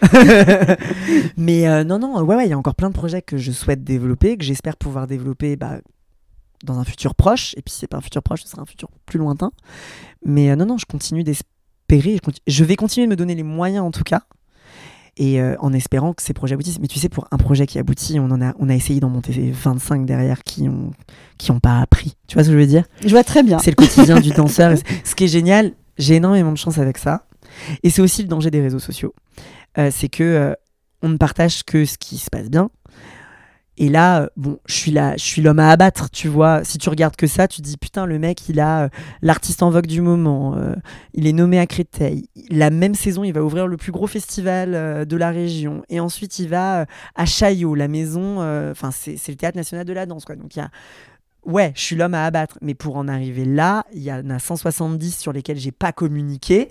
Mais euh, non, non, ouais, ouais, il y a encore plein de projets que je souhaite développer, que j'espère pouvoir développer. Bah, dans un futur proche, et puis si c'est pas un futur proche, ce sera un futur plus lointain. Mais euh, non, non, je continue d'espérer, je, continue, je vais continuer de me donner les moyens en tout cas, et euh, en espérant que ces projets aboutissent. Mais tu sais, pour un projet qui aboutit, on, en a, on a essayé d'en monter vingt-cinq derrière qui ont, qui ont pas appris. Tu vois ce que je veux dire ? Je vois très bien. C'est le quotidien du danseur. Ce qui est génial, j'ai énormément de chance avec ça, et c'est aussi le danger des réseaux sociaux. Euh, c'est que euh, on ne partage que ce qui se passe bien. Et là, bon, je suis là, je suis l'homme à abattre, tu vois. Si tu regardes que ça, tu te dis putain, le mec, il a euh, l'artiste en vogue du moment, euh, il est nommé à Créteil. La même saison, il va ouvrir le plus gros festival euh, de la région. Et ensuite, il va euh, à Chaillot, la maison, enfin, euh, c'est, c'est le Théâtre National de la Danse, quoi. Donc, il y a. Ouais, je suis l'homme à abattre, mais pour en arriver là, il y en a cent soixante-dix sur lesquels j'ai pas communiqué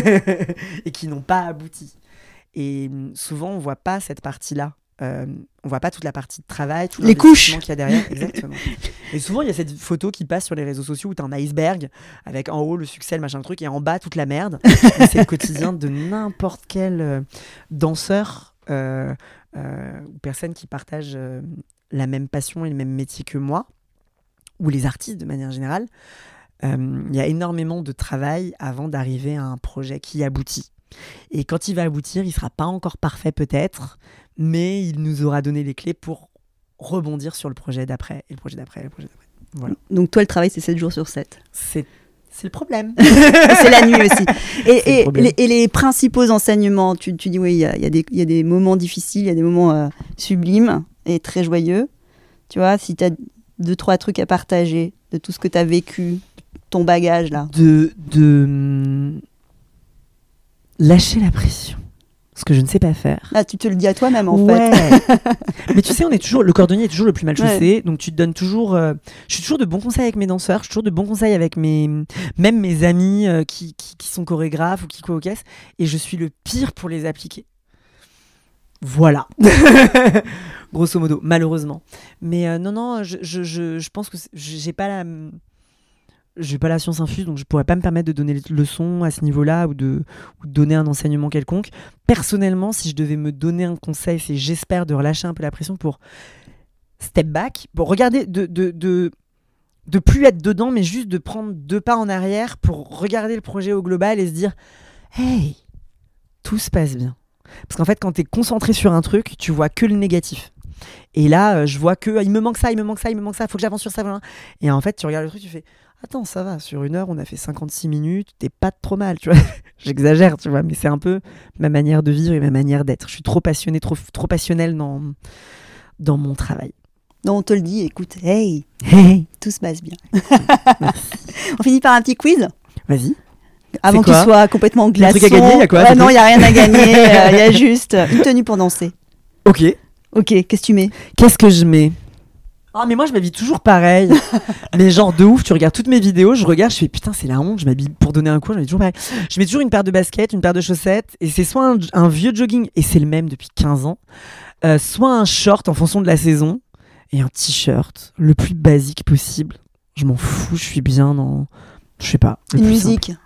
et qui n'ont pas abouti. Et souvent, on voit pas cette partie-là. Euh, on voit pas toute la partie de travail, tout les couches qu'il y a derrière. Exactement. Et souvent il y a cette photo qui passe sur les réseaux sociaux où t'as un iceberg avec en haut le succès, le machin, le truc, et en bas toute la merde. Et c'est le quotidien de n'importe quel euh, danseur euh, euh, ou personne qui partage euh, la même passion et le même métier que moi, ou les artistes de manière générale. Il euh, y a énormément de travail avant d'arriver à un projet qui aboutit. Et quand il va aboutir, il sera pas encore parfait peut-être, mais il nous aura donné les clés pour rebondir sur le projet d'après, et le projet d'après, et le projet d'après. Voilà. Donc toi, le travail, c'est sept jours sur sept. C'est, c'est le problème. C'est la nuit aussi. Et, et, le les, et les principaux enseignements, tu, tu dis oui, il y a, y, a des, y a des moments difficiles, il y a des moments euh, sublimes et très joyeux. Tu vois, si tu as deux, trois trucs à partager de tout ce que tu as vécu, ton bagage là. De... de... Lâcher la pression. Ce que je ne sais pas faire. Ah, tu te le dis à toi-même, en ouais. fait. Mais tu sais, on est toujours, le cordonnier est toujours le plus mal chaussé. Ouais. Donc, tu te donnes toujours... Euh, je suis toujours de bons conseils avec mes danseurs. Je suis toujours de bons conseils avec mes... Même mes amis euh, qui, qui, qui sont chorégraphes ou qui co-caissent. Et je suis le pire pour les appliquer. Voilà. Grosso modo, malheureusement. Mais euh, non, non, je, je, je, je pense que j'ai pas la... J'ai pas la science infuse, donc je pourrais pas me permettre de donner des leçons à ce niveau-là ou de, ou de donner un enseignement quelconque. Personnellement, si je devais me donner un conseil, c'est j'espère de relâcher un peu la pression pour step back, pour regarder, de, de, de, de plus être dedans, mais juste de prendre deux pas en arrière pour regarder le projet au global et se dire « Hey, tout se passe bien ». Parce qu'en fait, quand t'es concentré sur un truc, tu vois que le négatif. Et là, euh, je vois que il me manque ça, il me manque ça, il me manque ça, il faut que j'avance sur ça. Voilà. Et en fait, tu regardes le truc, tu fais attends, ça va, sur une heure, on a fait cinquante-six minutes, t'es pas trop mal, tu vois. J'exagère, tu vois, mais c'est un peu ma manière de vivre et ma manière d'être. Je suis trop passionnée, trop, trop passionnelle dans, dans mon travail. Non, on te le dit, écoute, hey, Hey. tout se passe bien. On finit par un petit quiz Vas-y. avant quoi qu'il soit complètement glaçon. truc à gagner, y a quoi, Ouais, c'est non, tout il n'y a rien à gagner. Il euh, y a juste une tenue pour danser. Ok. Ok, qu'est-ce que tu mets? Qu'est-ce que je mets? Ah, mais moi, je m'habille toujours pareil. Mais genre, de ouf, tu regardes toutes mes vidéos, je regarde, je fais putain, c'est la honte, je m'habille pour donner un cours, je m'habille toujours pareil. Je mets toujours une paire de baskets, une paire de chaussettes, et c'est soit un, un vieux jogging, et c'est le même depuis quinze ans, euh, soit un short en fonction de la saison, et un t-shirt, le plus basique possible. Je m'en fous, je suis bien dans. Je sais pas. le Une plus musique. simple.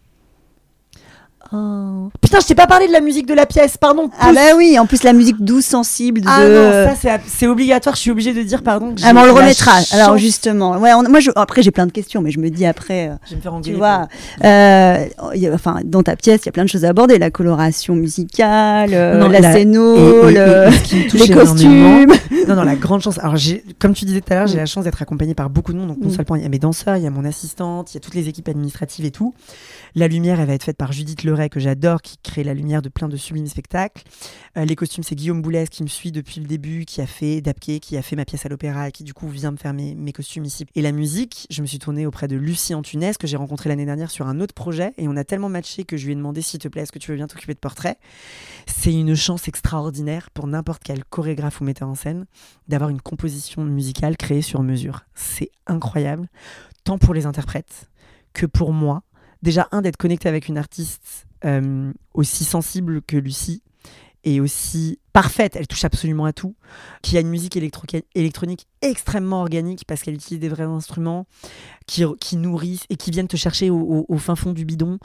Oh. Putain, je t'ai pas parlé de la musique de la pièce, pardon. Ah pousse. bah oui, en plus la musique douce, sensible. De... Ah non, ça c'est, c'est obligatoire, je suis obligée de dire pardon. que Ah, mais on j'ai le la remettra. chance- Alors justement, ouais, on- moi je, après j'ai plein de questions, mais je me dis après, euh, Je vais me faire tu engueuler. vois, euh, il y a- enfin dans ta pièce il y a plein de choses à aborder, la coloration musicale, euh, Non, la, la- scéno, Et- et- le- et ce qui me touche les énormément- costumes. Non, non, la grande chance. Alors, j'ai, comme tu disais tout à l'heure, j'ai Mm. la chance d'être accompagnée par beaucoup de monde. Donc, non Mm. seulement il y a mes danseurs, il y a mon assistante, il y a toutes les équipes administratives et tout. La lumière, elle va être faite par Judith Leray, que j'adore, qui crée la lumière de plein de sublimes spectacles. Euh, les costumes, c'est Guillaume Boulez qui me suit depuis le début, qui a fait Dapké, qui a fait ma pièce à l'opéra et qui, du coup, vient me faire mes, mes costumes ici. Et la musique, je me suis tournée auprès de Lucie Antunes, que j'ai rencontrée l'année dernière sur un autre projet. Et on a tellement matché que je lui ai demandé, s'il te plaît, est-ce que tu veux bien t'occuper de portraits? C'est une chance extraordinaire pour n'importe quel chorégraphe ou metteur en scène d'avoir une composition musicale créée sur mesure. C'est incroyable, tant pour les interprètes que pour moi. Déjà, un, d'être connecté avec une artiste euh, aussi sensible que Lucie et aussi parfaite, elle touche absolument à tout, qui a une musique électro- électronique extrêmement organique parce qu'elle utilise des vrais instruments qui, qui nourrissent et qui viennent te chercher au, au, au fin fond du bidon.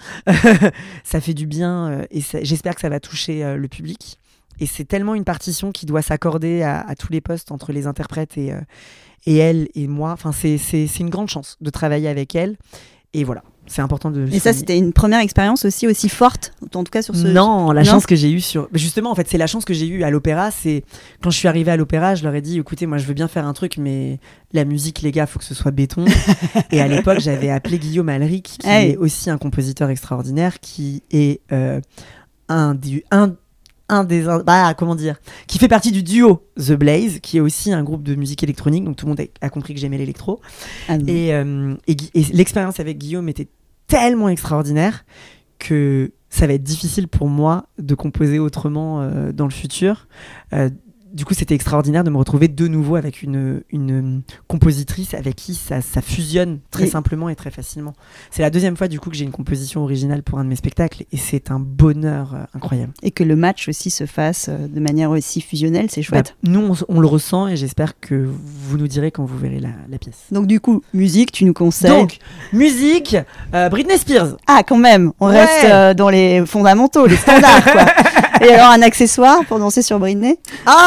Ça fait du bien euh, et ça, j'espère que ça va toucher euh, le public. Et c'est tellement une partition qui doit s'accorder à, à tous les postes entre les interprètes et, euh, et elle et moi. Enfin, c'est, c'est, c'est une grande chance de travailler avec elle. Et voilà, c'est important de le Et ça souligner. c'était une première expérience aussi aussi forte, en tout cas sur ce. Non, la Non chance que j'ai eue sur. Mais justement, en fait, c'est la chance que j'ai eue à l'opéra. C'est quand je suis arrivée à l'opéra, je leur ai dit écoutez, moi je veux bien faire un truc, mais la musique, les gars, faut que ce soit béton. Et à l'époque, j'avais appelé Guillaume Alric, qui Hey. est aussi un compositeur extraordinaire, qui est euh, un du. Un, un des un- bah, comment dire qui fait partie du duo The Blaze, qui est aussi un groupe de musique électronique, donc tout le monde a, a compris que j'aimais l'électro. Ah, non. Et, euh, et, Gui- et l'expérience avec Guillaume était tellement extraordinaire que ça va être difficile pour moi de composer autrement euh, dans le futur. Euh, du coup, c'était extraordinaire de me retrouver de nouveau avec une, une compositrice avec qui ça, ça fusionne très Et- simplement et très facilement. C'est la deuxième fois du coup que j'ai une composition originale pour un de mes spectacles et c'est un bonheur euh, incroyable. Et que le match aussi se fasse euh, de manière aussi fusionnelle, c'est chouette. Bah, nous, on, s- on le ressent et j'espère que vous nous direz quand vous verrez la, la pièce. Donc du coup, musique, tu nous conseilles. Donc, musique, euh, Britney Spears. Ah, quand même, on Ouais. reste euh, dans les fondamentaux, les standards, quoi. Et alors, un accessoire pour danser sur Britney?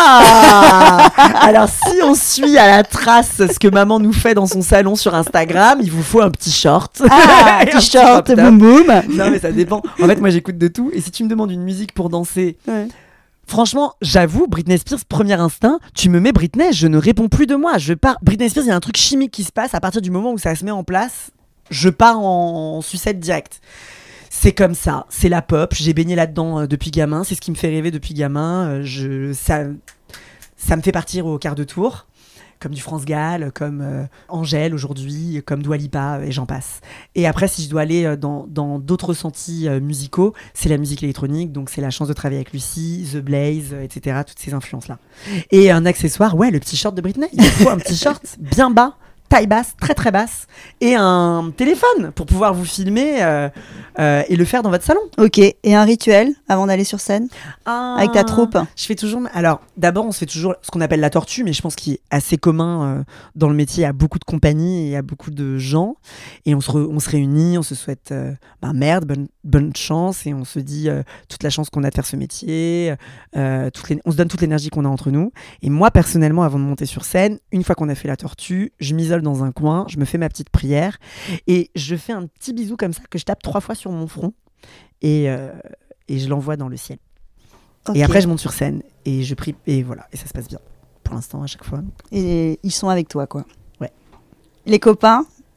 Ah Alors, si on suit à la trace ce que maman nous fait dans son salon sur Instagram, il vous faut un petit short. Ah, Et un petit t-shirt, crop top. boum boum. Non, mais ça dépend. En fait, moi, j'écoute de tout. Et si tu me demandes une musique pour danser, Ouais. franchement, j'avoue, Britney Spears, premier instinct, tu me mets Britney, je ne réponds plus de moi. Je pars. Britney Spears, il y a un truc chimique qui se passe à partir du moment où ça se met en place. Je pars en, en sucette direct. C'est comme ça, c'est la pop. J'ai baigné là-dedans euh, depuis gamin. C'est ce qui me fait rêver depuis gamin. Euh, je, ça, ça me fait partir au quart de tour, comme du France Gall, comme euh, Angèle aujourd'hui, comme Dua Lipa, euh, et j'en passe. Et après, si je dois aller euh, dans, dans d'autres ressentis euh, musicaux, c'est la musique électronique. Donc c'est la chance de travailler avec Lucie, The Blaze, euh, et cetera. Toutes ces influences-là. Et un accessoire, ouais, le petit short de Britney. Il faut un petit short bien bas, taille basse, très très basse, et un téléphone pour pouvoir vous filmer euh, euh, et le faire dans votre salon. Ok, et un rituel avant d'aller sur scène avec ta troupe? Je fais toujours. Alors, d'abord, on se fait toujours ce qu'on appelle la tortue, mais je pense qu'il est assez commun euh, dans le métier à beaucoup de compagnies et à beaucoup de gens. Et on se, re- on se réunit, on se souhaite euh, ben, merde, bonne, bonne chance, et on se dit euh, toute la chance qu'on a de faire ce métier. Euh, toute l'é- on se donne toute l'énergie qu'on a entre nous. Et moi, personnellement, avant de monter sur scène, une fois qu'on a fait la tortue, je m'isole dans un coin, je me fais ma petite prière et je fais un petit bisou comme ça que je tape trois fois sur mon front et, euh, et je l'envoie dans le ciel. Ok. Et après, je monte sur scène et je prie et voilà, et ça se passe bien pour l'instant à chaque fois. Et ils sont avec toi, quoi. Ouais. Les copains,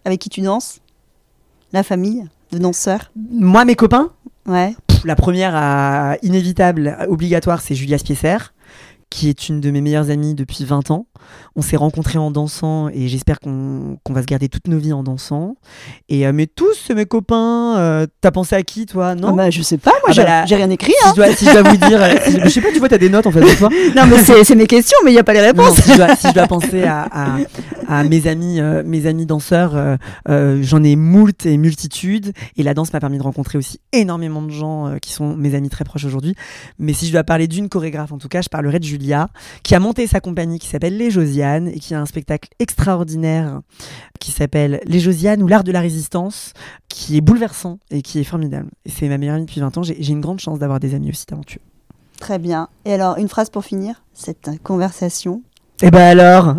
avec qui tu danses? La famille de danseurs? Moi, mes copains, Ouais. pff, la première à, inévitable, obligatoire, c'est Julia Spiesser, qui est une de mes meilleures amies depuis vingt ans. On s'est rencontrés en dansant et j'espère qu'on, qu'on va se garder toutes nos vies en dansant. Et, euh, mais tous mes copains, euh, t'as pensé à qui toi? Non Ah bah, je sais pas, moi Ah j'ai, bah là, j'ai rien écrit. si, Hein. je dois, si je dois vous dire, euh, si- je sais pas, tu vois, t'as des notes en fait de toi. Non, mais c'est, c'est mes questions, mais il n'y a pas les Non, réponses. si, je dois, si je dois penser à, à, à mes amis, euh, mes amis danseurs, euh, euh, j'en ai moult et multitudes. Et la danse m'a permis de rencontrer aussi énormément de gens euh, qui sont mes amis très proches aujourd'hui. Mais si je dois parler d'une chorégraphe, en tout cas, je parlerai de Julia, qui a monté sa compagnie qui s'appelle Les Josianes et qui a un spectacle extraordinaire qui s'appelle Les Josianes ou l'art de la résistance, qui est bouleversant et qui est formidable. Et c'est ma meilleure amie depuis vingt ans. J'ai, j'ai une grande chance d'avoir des amis aussi talentueux. Très bien. Et alors, une phrase pour finir cette conversation. Eh ben alors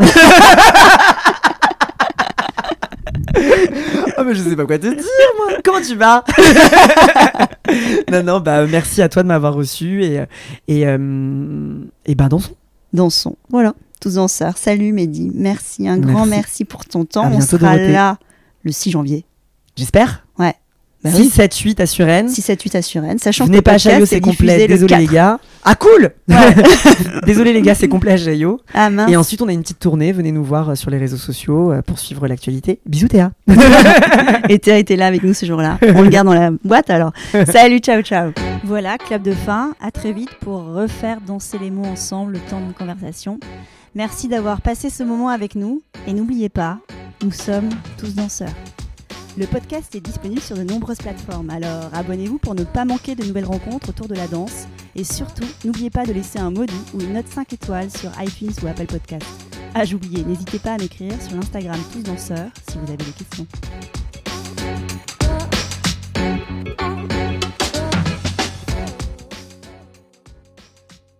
Oh mais je sais pas quoi te dire moi. Comment tu vas? Non non bah merci à toi de m'avoir reçu et et euh, et ben dansons. Dansons. Voilà. Tous danseurs. Salut Mehdi. Merci. Un grand Merci. merci pour ton temps. À On bientôt, sera Dorothée. là le six janvier. J'espère. Ouais. Bah six, oui. sept, huit à Suresnes. six, sept, huit à Suresnes. Sachant Venez que pas à le podcast Chaillot, est c'est diffusé complet. le Désolé les quatre. gars. Ah cool. Ouais. Désolé les gars, c'est complet à Chaillot. Ah mince. Et ensuite on a une petite tournée. Venez nous voir euh, sur les réseaux sociaux euh, pour suivre l'actualité. Bisous Théa. Et Théa était là avec nous ce jour-là. On le garde dans la boîte alors. Salut, ciao, ciao. Voilà, clap de fin. À très vite pour refaire danser les mots ensemble le temps d'une conversation. Merci d'avoir passé ce moment avec nous. Et n'oubliez pas, nous sommes tous danseurs. Le podcast est disponible sur de nombreuses plateformes, alors abonnez-vous pour ne pas manquer de nouvelles rencontres autour de la danse. Et surtout, n'oubliez pas de laisser un mot doux ou une note cinq étoiles sur iTunes ou Apple Podcast. Ah, j'oubliais, n'hésitez pas à m'écrire sur l'Instagram Tous Danseurs si vous avez des questions.